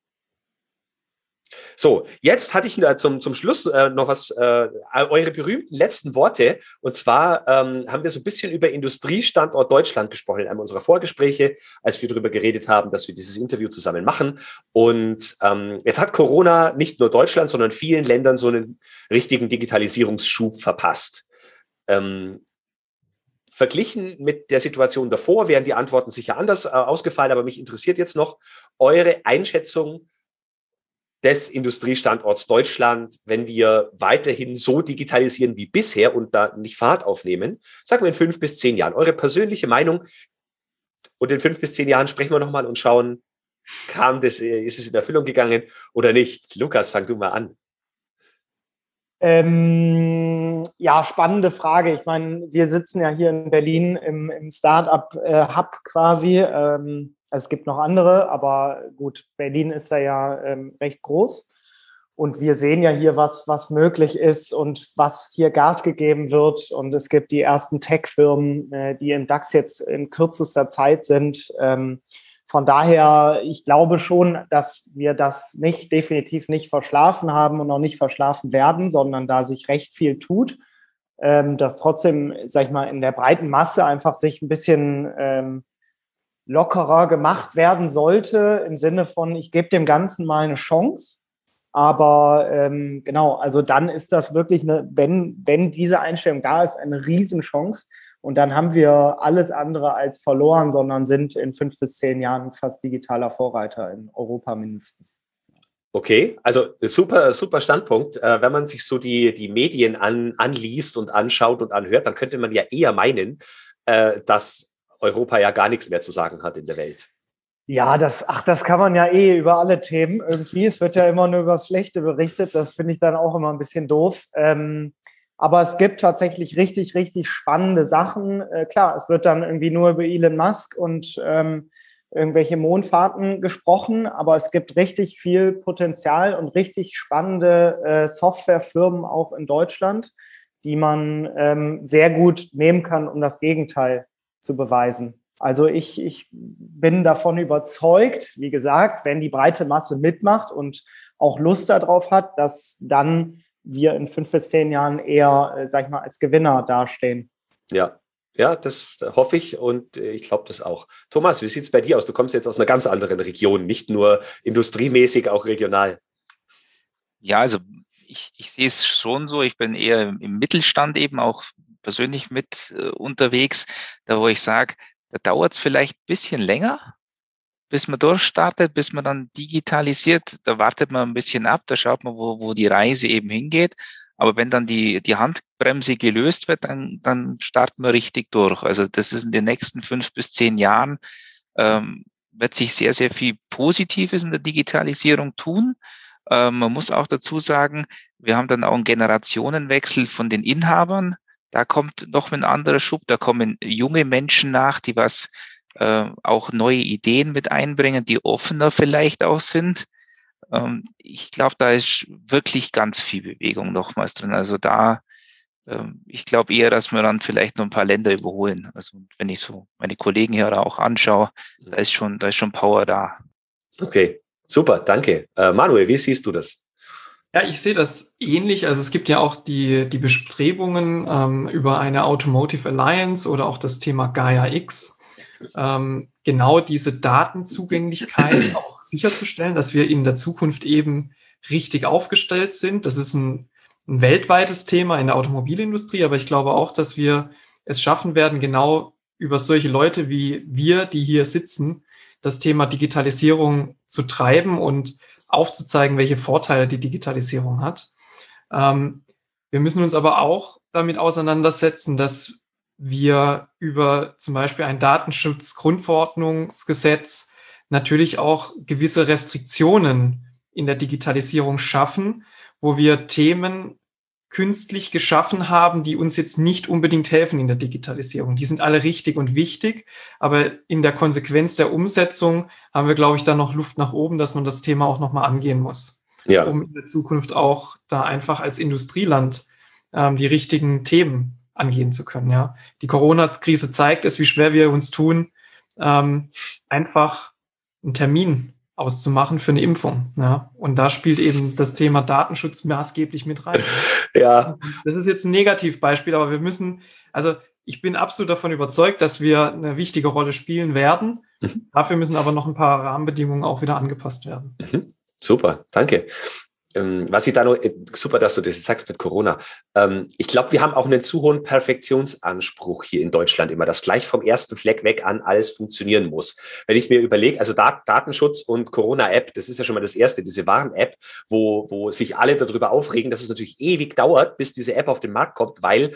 [SPEAKER 1] So, jetzt hatte ich zum Schluss noch was, eure berühmten letzten Worte. Und zwar haben wir so ein bisschen über Industriestandort Deutschland gesprochen in einem unserer Vorgespräche, als wir darüber geredet haben, dass wir dieses Interview zusammen machen. Und jetzt hat Corona nicht nur Deutschland, sondern vielen Ländern so einen richtigen Digitalisierungsschub verpasst. Verglichen mit der Situation davor wären die Antworten sicher anders ausgefallen, aber mich interessiert jetzt noch eure Einschätzung des Industriestandorts Deutschland, wenn wir weiterhin so digitalisieren wie bisher und da nicht Fahrt aufnehmen, sagen wir in 5 bis 10 Jahren. Eure persönliche Meinung, und in 5 bis 10 Jahren sprechen wir nochmal und schauen, Ist es in Erfüllung gegangen oder nicht? Lukas, fang du mal an.
[SPEAKER 3] Ja, spannende Frage. Ich meine, wir sitzen ja hier in Berlin im Startup-Hub quasi. Es gibt noch andere, aber gut, Berlin ist da ja recht groß. Und wir sehen ja hier, was möglich ist und was hier Gas gegeben wird. Und es gibt die ersten Tech-Firmen, die im DAX jetzt in kürzester Zeit sind. Von daher, ich glaube schon, dass wir das definitiv nicht verschlafen haben und auch nicht verschlafen werden, sondern da sich recht viel tut, dass trotzdem, sag ich mal, in der breiten Masse einfach sich ein bisschen lockerer gemacht werden sollte, im Sinne von, ich gebe dem Ganzen mal eine Chance. Aber genau, also dann ist das wirklich wenn diese Einstellung da ist, eine Riesenchance. Und dann haben wir alles andere als verloren, sondern sind in 5 bis 10 Jahren fast digitaler Vorreiter in Europa mindestens.
[SPEAKER 1] Okay, also super, super Standpunkt. Wenn man sich so die Medien anliest und anschaut und anhört, dann könnte man ja eher meinen, dass Europa ja gar nichts mehr zu sagen hat in der Welt.
[SPEAKER 3] Ja, das kann man ja über alle Themen irgendwie. Es wird ja immer nur über das Schlechte berichtet. Das finde ich dann auch immer ein bisschen doof. Aber es gibt tatsächlich richtig, richtig spannende Sachen. Klar, es wird dann irgendwie nur über Elon Musk und irgendwelche Mondfahrten gesprochen, aber es gibt richtig viel Potenzial und richtig spannende Softwarefirmen auch in Deutschland, die man sehr gut nehmen kann, um das Gegenteil zu beweisen. Also ich bin davon überzeugt, wie gesagt, wenn die breite Masse mitmacht und auch Lust darauf hat, dass dann wir in 5 bis 10 Jahren eher, sag ich mal, als Gewinner dastehen.
[SPEAKER 1] Ja, das hoffe ich und ich glaube das auch. Thomas, wie sieht es bei dir aus? Du kommst jetzt aus einer ganz anderen Region, nicht nur industriemäßig, auch regional.
[SPEAKER 4] Ja, also ich sehe es schon so, ich bin eher im Mittelstand eben auch persönlich mit unterwegs, da wo ich sage, da dauert es vielleicht ein bisschen länger, bis man durchstartet, bis man dann digitalisiert. Da wartet man ein bisschen ab, da schaut man, wo die Reise eben hingeht. Aber wenn dann die Handbremse gelöst wird, dann starten wir richtig durch. Also das ist in den nächsten 5 bis 10 Jahren, wird sich sehr, sehr viel Positives in der Digitalisierung tun. Man muss auch dazu sagen, wir haben dann auch einen Generationenwechsel von den Inhabern. Da kommt noch ein anderer Schub, da kommen junge Menschen nach, die auch neue Ideen mit einbringen, die offener vielleicht auch sind. Ich glaube, da ist wirklich ganz viel Bewegung nochmals drin. Also ich glaube eher, dass wir dann vielleicht noch ein paar Länder überholen. Also wenn ich so meine Kollegen hier auch anschaue, da ist schon Power da.
[SPEAKER 1] Okay, super, danke. Manuel, wie siehst du das?
[SPEAKER 2] Ja, ich sehe das ähnlich. Also es gibt ja auch die Bestrebungen über eine Automotive Alliance oder auch das Thema Gaia X, genau diese Datenzugänglichkeit auch sicherzustellen, dass wir in der Zukunft eben richtig aufgestellt sind. Das ist ein weltweites Thema in der Automobilindustrie, aber ich glaube auch, dass wir es schaffen werden, genau über solche Leute wie wir, die hier sitzen, das Thema Digitalisierung zu treiben und aufzuzeigen, welche Vorteile die Digitalisierung hat. Wir müssen uns aber auch damit auseinandersetzen, dass wir über zum Beispiel ein Datenschutzgrundverordnungsgesetz natürlich auch gewisse Restriktionen in der Digitalisierung schaffen, wo wir Themen künstlich geschaffen haben, die uns jetzt nicht unbedingt helfen in der Digitalisierung. Die sind alle richtig und wichtig, aber in der Konsequenz der Umsetzung haben wir, glaube ich, da noch Luft nach oben, dass man das Thema auch nochmal angehen muss, um in der Zukunft auch da einfach als Industrieland die richtigen Themen angehen zu können. Ja. Die Corona-Krise zeigt es, wie schwer wir uns tun, einfach einen Termin auszumachen für eine Impfung. Ja. Und da spielt eben das Thema Datenschutz maßgeblich mit rein.
[SPEAKER 1] Ja.
[SPEAKER 2] Das ist jetzt ein Negativbeispiel, aber ich bin absolut davon überzeugt, dass wir eine wichtige Rolle spielen werden. Dafür müssen aber noch ein paar Rahmenbedingungen auch wieder angepasst werden.
[SPEAKER 1] Super, danke. Was ich da noch, super, dass du das sagst mit Corona. Ich glaube, wir haben auch einen zu hohen Perfektionsanspruch hier in Deutschland immer, dass gleich vom ersten Fleck weg an alles funktionieren muss. Wenn ich mir überlege, also Datenschutz und Corona-App, das ist ja schon mal das Erste, diese Warn-App, wo sich alle darüber aufregen, dass es natürlich ewig dauert, bis diese App auf den Markt kommt, weil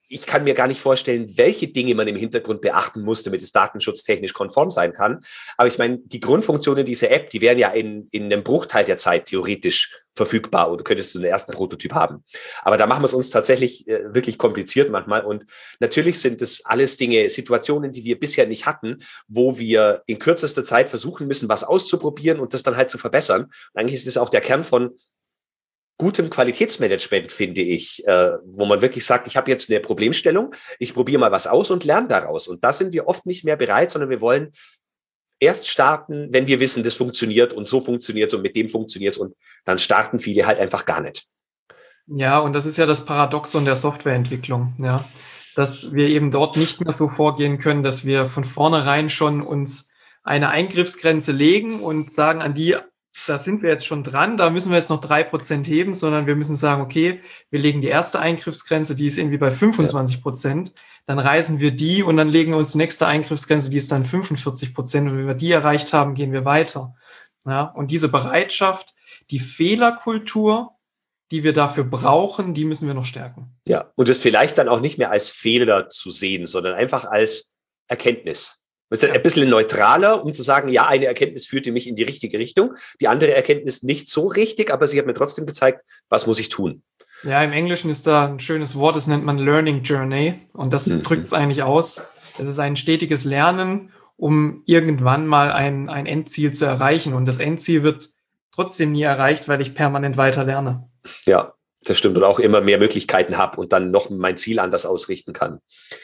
[SPEAKER 1] ich kann mir gar nicht vorstellen, welche Dinge man im Hintergrund beachten muss, damit es datenschutztechnisch konform sein kann. Aber ich meine, die Grundfunktionen dieser App, die wären ja in einem Bruchteil der Zeit theoretisch verfügbar oder könntest du einen ersten Prototyp haben. Aber da machen wir es uns tatsächlich wirklich kompliziert manchmal. Und natürlich sind das alles Dinge, Situationen, die wir bisher nicht hatten, wo wir in kürzester Zeit versuchen müssen, was auszuprobieren und das dann halt zu verbessern. Und eigentlich ist es auch der Kern von gutem Qualitätsmanagement, finde ich, wo man wirklich sagt, ich habe jetzt eine Problemstellung, ich probiere mal was aus und lerne daraus. Und da sind wir oft nicht mehr bereit, sondern wir wollen erst starten, wenn wir wissen, das funktioniert und so funktioniert es und mit dem funktioniert es. Und dann starten viele halt einfach gar nicht.
[SPEAKER 2] Ja, und das ist ja das Paradoxon der Softwareentwicklung, ja, dass wir eben dort nicht mehr so vorgehen können, dass wir von vornherein schon uns eine Eingriffsgrenze legen und sagen, da sind wir jetzt schon dran, da müssen wir jetzt noch 3% heben, sondern wir müssen sagen, okay, wir legen die erste Eingriffsgrenze, die ist irgendwie bei 25%, dann reißen wir die und dann legen wir uns die nächste Eingriffsgrenze, die ist dann 45%, und wenn wir die erreicht haben, gehen wir weiter. Ja, und diese Bereitschaft, die Fehlerkultur, die wir dafür brauchen, die müssen wir noch stärken.
[SPEAKER 1] Ja, und das vielleicht dann auch nicht mehr als Fehler zu sehen, sondern einfach als Erkenntnis. Das ist ein bisschen neutraler, um zu sagen, ja, eine Erkenntnis führte mich in die richtige Richtung, die andere Erkenntnis nicht so richtig, aber sie hat mir trotzdem gezeigt, was muss ich tun.
[SPEAKER 2] Ja, im Englischen ist da ein schönes Wort, das nennt man Learning Journey, und das drückt es eigentlich aus. Es ist ein stetiges Lernen, um irgendwann mal ein Endziel zu erreichen, und das Endziel wird trotzdem nie erreicht, weil ich permanent weiter lerne.
[SPEAKER 1] Ja, das stimmt, und auch immer mehr Möglichkeiten habe und dann noch mein Ziel anders ausrichten kann.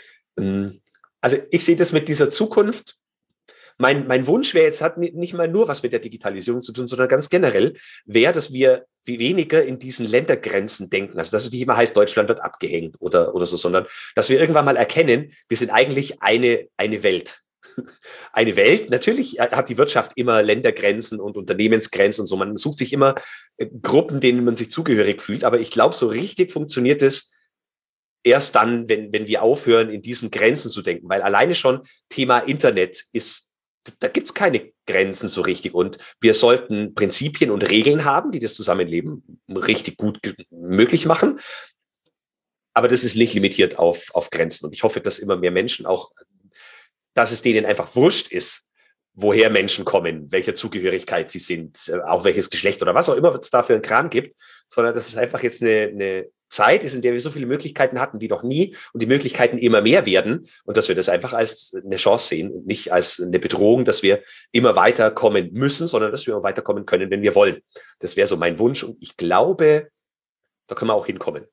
[SPEAKER 1] Also ich sehe das mit dieser Zukunft. Mein Wunsch wäre jetzt, hat nicht mal nur was mit der Digitalisierung zu tun, sondern ganz generell wäre, dass wir weniger in diesen Ländergrenzen denken. Also dass es nicht immer heißt, Deutschland wird abgehängt oder so, sondern dass wir irgendwann mal erkennen, wir sind eigentlich eine Welt. Eine Welt, natürlich hat die Wirtschaft immer Ländergrenzen und Unternehmensgrenzen und so. Man sucht sich immer Gruppen, denen man sich zugehörig fühlt. Aber ich glaube, so richtig funktioniert es erst dann, wenn wir aufhören, in diesen Grenzen zu denken. Weil alleine schon Thema Internet da gibt es keine Grenzen so richtig. Und wir sollten Prinzipien und Regeln haben, die das Zusammenleben richtig gut möglich machen. Aber das ist nicht limitiert auf Grenzen. Und ich hoffe, dass immer mehr Menschen auch, dass es denen einfach wurscht ist, woher Menschen kommen, welcher Zugehörigkeit sie sind, auch welches Geschlecht oder was auch immer es da für einen Kram gibt, sondern dass es einfach jetzt eine Zeit ist, in der wir so viele Möglichkeiten hatten wie noch nie und die Möglichkeiten immer mehr werden und dass wir das einfach als eine Chance sehen und nicht als eine Bedrohung, dass wir immer weiterkommen müssen, sondern dass wir immer weiterkommen können, wenn wir wollen. Das wäre so mein Wunsch und ich glaube, da können wir auch hinkommen.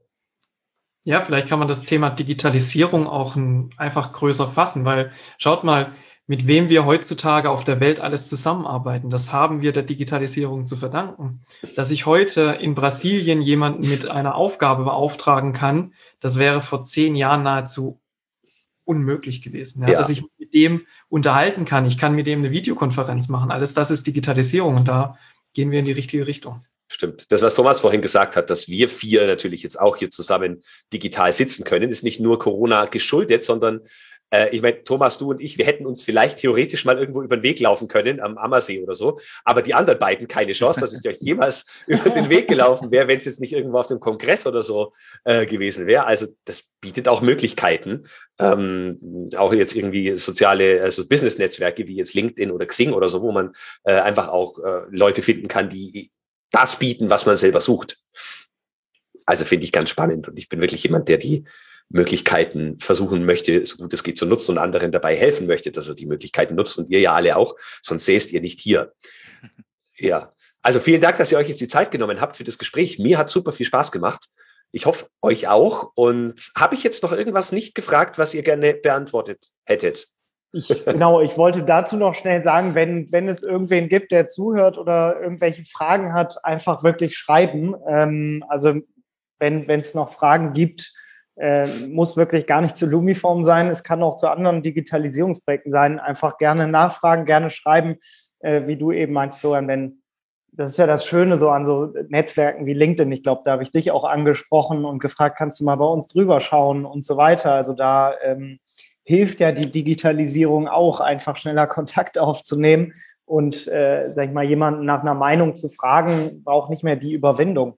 [SPEAKER 2] Ja, vielleicht kann man das Thema Digitalisierung auch einfach größer fassen, weil schaut mal, mit wem wir heutzutage auf der Welt alles zusammenarbeiten. Das haben wir der Digitalisierung zu verdanken. Dass ich heute in Brasilien jemanden mit einer Aufgabe beauftragen kann, das wäre vor 10 Jahren nahezu unmöglich gewesen. Ja? Dass ich mit dem unterhalten kann. Ich kann mit dem eine Videokonferenz machen. Alles das ist Digitalisierung und da gehen wir in die richtige Richtung.
[SPEAKER 1] Stimmt. Das, was Thomas vorhin gesagt hat, dass wir 4 natürlich jetzt auch hier zusammen digital sitzen können, ist nicht nur Corona geschuldet, sondern ich meine, Thomas, du und ich, wir hätten uns vielleicht theoretisch mal irgendwo über den Weg laufen können, am Ammersee oder so, aber die anderen beiden keine Chance, dass ich euch jemals über den Weg gelaufen wäre, wenn es jetzt nicht irgendwo auf dem Kongress oder so gewesen wäre. Also das bietet auch Möglichkeiten, auch jetzt irgendwie soziale, also Business-Netzwerke wie jetzt LinkedIn oder Xing oder so, wo man einfach auch Leute finden kann, die das bieten, was man selber sucht. Also finde ich ganz spannend und ich bin wirklich jemand, der die Möglichkeiten versuchen möchte, so gut es geht zu nutzen und anderen dabei helfen möchte, dass er die Möglichkeiten nutzt und ihr ja alle auch, sonst säßt ihr nicht hier. Ja, also vielen Dank, dass ihr euch jetzt die Zeit genommen habt für das Gespräch. Mir hat super viel Spaß gemacht. Ich hoffe, euch auch. Und habe ich jetzt noch irgendwas nicht gefragt, was ihr gerne beantwortet hättet?
[SPEAKER 3] Ich wollte dazu noch schnell sagen, wenn es irgendwen gibt, der zuhört oder irgendwelche Fragen hat, einfach wirklich schreiben. Also wenn es noch Fragen gibt, muss wirklich gar nicht zu Lumiform sein. Es kann auch zu anderen Digitalisierungsprojekten sein. Einfach gerne nachfragen, gerne schreiben, wie du eben meinst, Florian. Denn das ist ja das Schöne so an so Netzwerken wie LinkedIn. Ich glaube, da habe ich dich auch angesprochen und gefragt, kannst du mal bei uns drüber schauen und so weiter. Also da hilft ja die Digitalisierung auch, einfach schneller Kontakt aufzunehmen und, sag ich mal, jemanden nach einer Meinung zu fragen, braucht nicht mehr die Überwindung.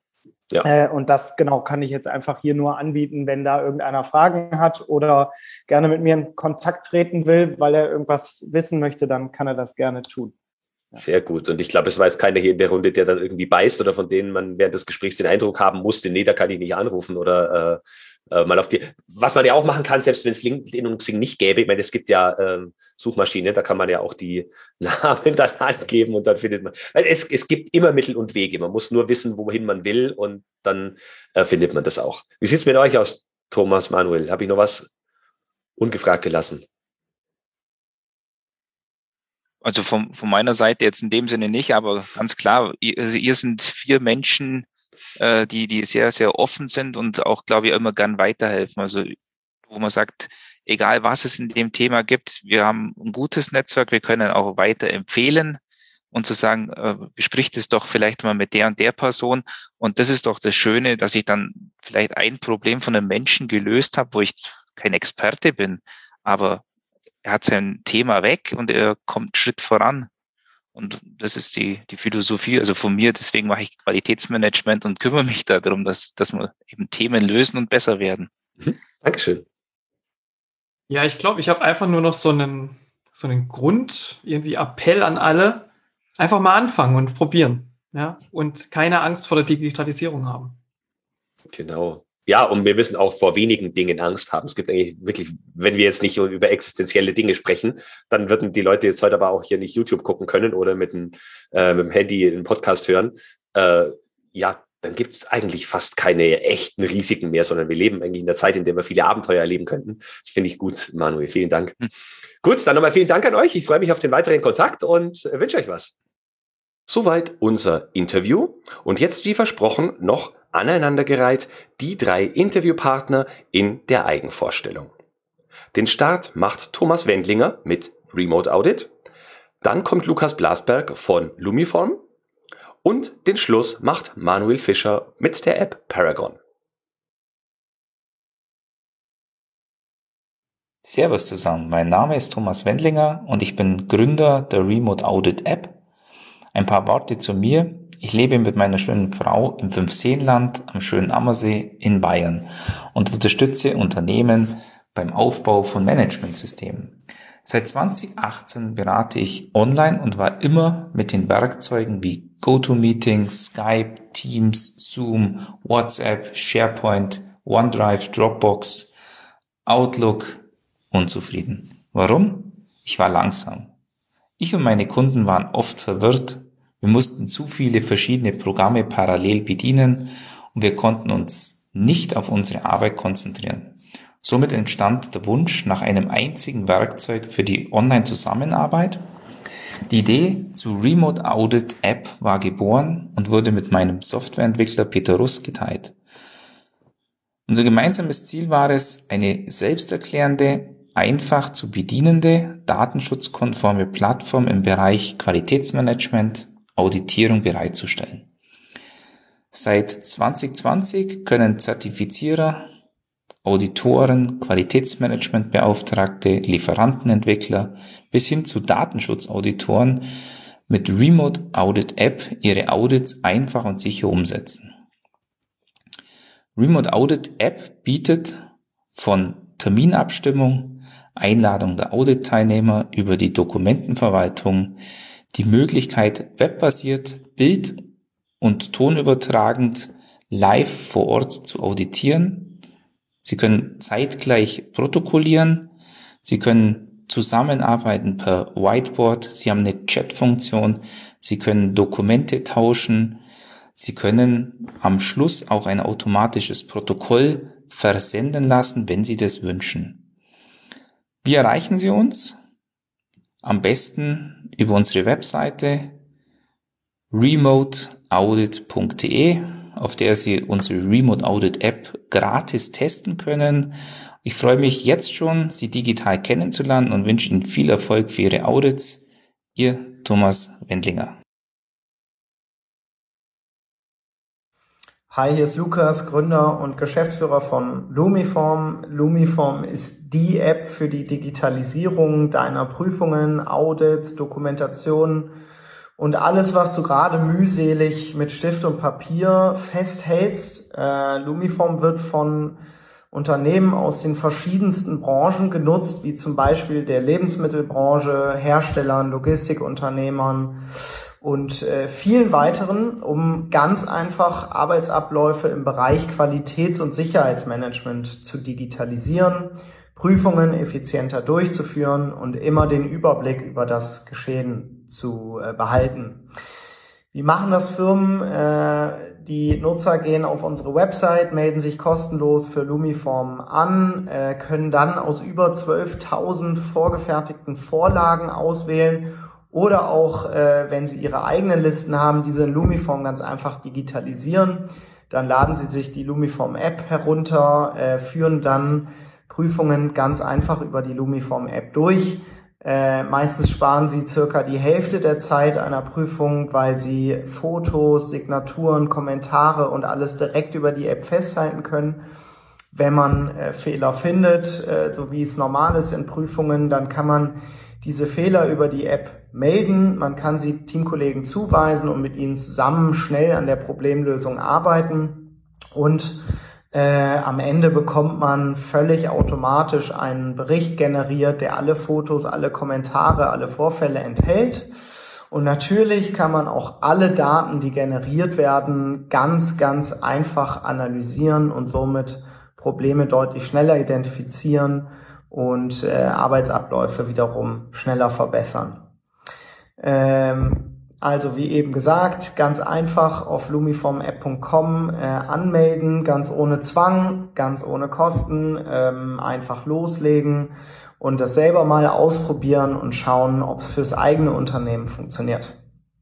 [SPEAKER 1] Ja.
[SPEAKER 3] Und das genau kann ich jetzt einfach hier nur anbieten, wenn da irgendeiner Fragen hat oder gerne mit mir in Kontakt treten will, weil er irgendwas wissen möchte, dann kann er das gerne tun.
[SPEAKER 1] Ja. Sehr gut. Und ich glaube, es weiß keiner hier in der Runde, der dann irgendwie beißt oder von denen man während des Gesprächs den Eindruck haben musste, nee, da kann ich nicht anrufen oder mal auf die. Was man ja auch machen kann, selbst wenn es LinkedIn und Xing nicht gäbe, ich meine, es gibt ja Suchmaschinen, da kann man ja auch die Namen dann angeben und dann findet man. Weil es gibt immer Mittel und Wege. Man muss nur wissen, wohin man will und dann findet man das auch. Wie sieht es mit euch aus, Thomas, Manuel? Habe ich noch was ungefragt gelassen?
[SPEAKER 4] Also von meiner Seite jetzt in dem Sinne nicht, aber ganz klar, ihr sind 4 Menschen, die sehr, sehr offen sind und auch, glaube ich, immer gern weiterhelfen. Also wo man sagt, egal was es in dem Thema gibt, wir haben ein gutes Netzwerk, wir können auch weiter empfehlen und zu sagen, bespricht es doch vielleicht mal mit der und der Person. Und das ist doch das Schöne, dass ich dann vielleicht ein Problem von einem Menschen gelöst habe, wo ich kein Experte bin, aber er hat sein Thema weg und er kommt einen Schritt voran. Und das ist die Philosophie, also von mir. Deswegen mache ich Qualitätsmanagement und kümmere mich darum, dass wir eben Themen lösen und besser werden.
[SPEAKER 1] Dankeschön.
[SPEAKER 2] Ja, ich glaube, ich habe einfach nur noch so einen Grund, irgendwie Appell an alle. Einfach mal anfangen und probieren. Ja, und keine Angst vor der Digitalisierung haben.
[SPEAKER 1] Genau. Ja, und wir müssen auch vor wenigen Dingen Angst haben. Es gibt eigentlich wirklich, wenn wir jetzt nicht über existenzielle Dinge sprechen, dann würden die Leute jetzt heute aber auch hier nicht YouTube gucken können oder mit dem Handy einen Podcast hören. Ja, dann gibt es eigentlich fast keine echten Risiken mehr, sondern wir leben eigentlich in der Zeit, in der wir viele Abenteuer erleben könnten. Das finde ich gut, Manuel. Vielen Dank. Gut, dann nochmal vielen Dank an euch. Ich freue mich auf den weiteren Kontakt und wünsche euch was. Soweit unser Interview. Und jetzt, wie versprochen, noch aneinandergereiht die 3 Interviewpartner in der Eigenvorstellung. Den Start macht Thomas Wendlinger mit Remote Audit. Dann kommt Lukas Blasberg von Lumiform. Und den Schluss macht Manuel Fischer mit der App Paragon.
[SPEAKER 5] Servus zusammen, mein Name ist Thomas Wendlinger und ich bin Gründer der Remote Audit App. Ein paar Worte zu mir. Ich lebe mit meiner schönen Frau im Fünfseenland am schönen Ammersee in Bayern und unterstütze Unternehmen beim Aufbau von Managementsystemen. Seit 2018 berate ich online und war immer mit den Werkzeugen wie GoToMeeting, Skype, Teams, Zoom, WhatsApp, SharePoint, OneDrive, Dropbox, Outlook unzufrieden. Warum? Ich war langsam. Ich und meine Kunden waren oft verwirrt. Wir mussten zu viele verschiedene Programme parallel bedienen und wir konnten uns nicht auf unsere Arbeit konzentrieren. Somit entstand der Wunsch nach einem einzigen Werkzeug für die Online-Zusammenarbeit. Die Idee zur Remote Audit App war geboren und wurde mit meinem Softwareentwickler Peter Russ geteilt. Unser gemeinsames Ziel war es, eine selbsterklärende, einfach zu bedienende, datenschutzkonforme Plattform im Bereich Qualitätsmanagement, Auditierung bereitzustellen. Seit 2020 können Zertifizierer, Auditoren, Qualitätsmanagementbeauftragte, Lieferantenentwickler bis hin zu Datenschutzauditoren mit Remote Audit App ihre Audits einfach und sicher umsetzen. Remote Audit App bietet von Terminabstimmung, Einladung der Audit-Teilnehmer über die Dokumentenverwaltung, die Möglichkeit, webbasiert, bild- und tonübertragend live vor Ort zu auditieren. Sie können zeitgleich protokollieren. Sie können zusammenarbeiten per Whiteboard. Sie haben eine Chat-Funktion. Sie können Dokumente tauschen. Sie können am Schluss auch ein automatisches Protokoll versenden lassen, wenn Sie das wünschen. Wie erreichen Sie uns? Am besten über unsere Webseite remoteaudit.de, auf der Sie unsere Remote Audit App gratis testen können. Ich freue mich jetzt schon, Sie digital kennenzulernen und wünsche Ihnen viel Erfolg für Ihre Audits. Ihr Thomas Wendlinger.
[SPEAKER 3] Hi, hier ist Lukas, Gründer und Geschäftsführer von Lumiform. Lumiform ist die App für die Digitalisierung deiner Prüfungen, Audits, Dokumentationen Und alles, was du gerade mühselig mit Stift und Papier festhältst, Lumiform wird von Unternehmen aus den verschiedensten Branchen genutzt, wie zum Beispiel der Lebensmittelbranche, Herstellern, Logistikunternehmern und vielen weiteren, um ganz einfach Arbeitsabläufe im Bereich Qualitäts- und Sicherheitsmanagement zu digitalisieren, Prüfungen effizienter durchzuführen und immer den Überblick über das Geschehen zu behalten. Wie machen das Firmen? Die Nutzer gehen auf unsere Website, melden sich kostenlos für Lumiform an, können dann aus über 12.000 vorgefertigten Vorlagen auswählen oder auch, wenn sie ihre eigenen Listen haben, diese in Lumiform ganz einfach digitalisieren. Dann laden sie sich die Lumiform App herunter, führen dann Prüfungen ganz einfach über die Lumiform App durch. Meistens sparen sie circa die Hälfte der Zeit einer Prüfung, weil sie Fotos, Signaturen, Kommentare und alles direkt über die App festhalten können. Wenn man Fehler findet, so wie es normal ist in Prüfungen, dann kann man diese Fehler über die App melden. Man kann sie Teamkollegen zuweisen und mit ihnen zusammen schnell an der Problemlösung arbeiten. Und am Ende bekommt man völlig automatisch einen Bericht generiert, der alle Fotos, alle Kommentare, alle Vorfälle enthält. Und natürlich kann man auch alle Daten, die generiert werden, ganz, ganz einfach analysieren und somit Probleme deutlich schneller identifizieren und Arbeitsabläufe wiederum schneller verbessern. Also wie eben gesagt, ganz einfach auf lumiformapp.com anmelden, ganz ohne Zwang, ganz ohne Kosten, einfach loslegen und das selber mal ausprobieren und schauen, ob es fürs eigene Unternehmen funktioniert.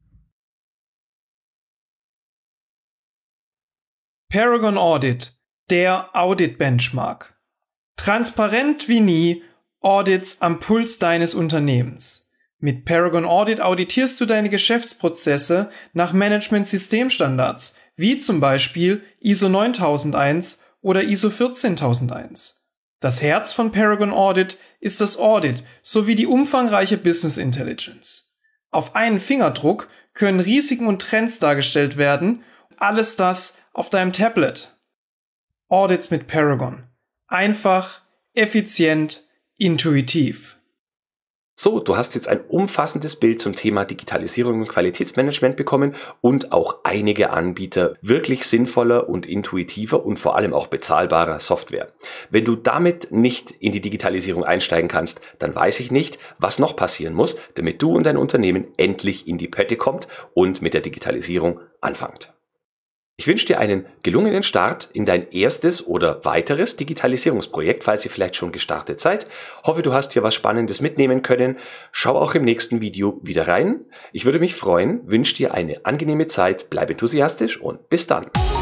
[SPEAKER 2] Paragon Audit, der Audit-Benchmark. Transparent wie nie, Audits am Puls deines Unternehmens. Mit Paragon Audit auditierst du deine Geschäftsprozesse nach Management-Systemstandards, wie zum Beispiel ISO 9001 oder ISO 14001. Das Herz von Paragon Audit ist das Audit sowie die umfangreiche Business Intelligence. Auf einen Fingerdruck können Risiken und Trends dargestellt werden, alles das auf deinem Tablet. Audits mit Paragon. Einfach, effizient, intuitiv.
[SPEAKER 1] So, du hast jetzt ein umfassendes Bild zum Thema Digitalisierung und Qualitätsmanagement bekommen und auch einige Anbieter wirklich sinnvoller und intuitiver und vor allem auch bezahlbarer Software. Wenn du damit nicht in die Digitalisierung einsteigen kannst, dann weiß ich nicht, was noch passieren muss, damit du und dein Unternehmen endlich in die Pötte kommt und mit der Digitalisierung anfangt. Ich wünsche dir einen gelungenen Start in dein erstes oder weiteres Digitalisierungsprojekt, falls ihr vielleicht schon gestartet seid. Hoffe, du hast hier was Spannendes mitnehmen können. Schau auch im nächsten Video wieder rein. Ich würde mich freuen, wünsche dir eine angenehme Zeit, bleib enthusiastisch und bis dann.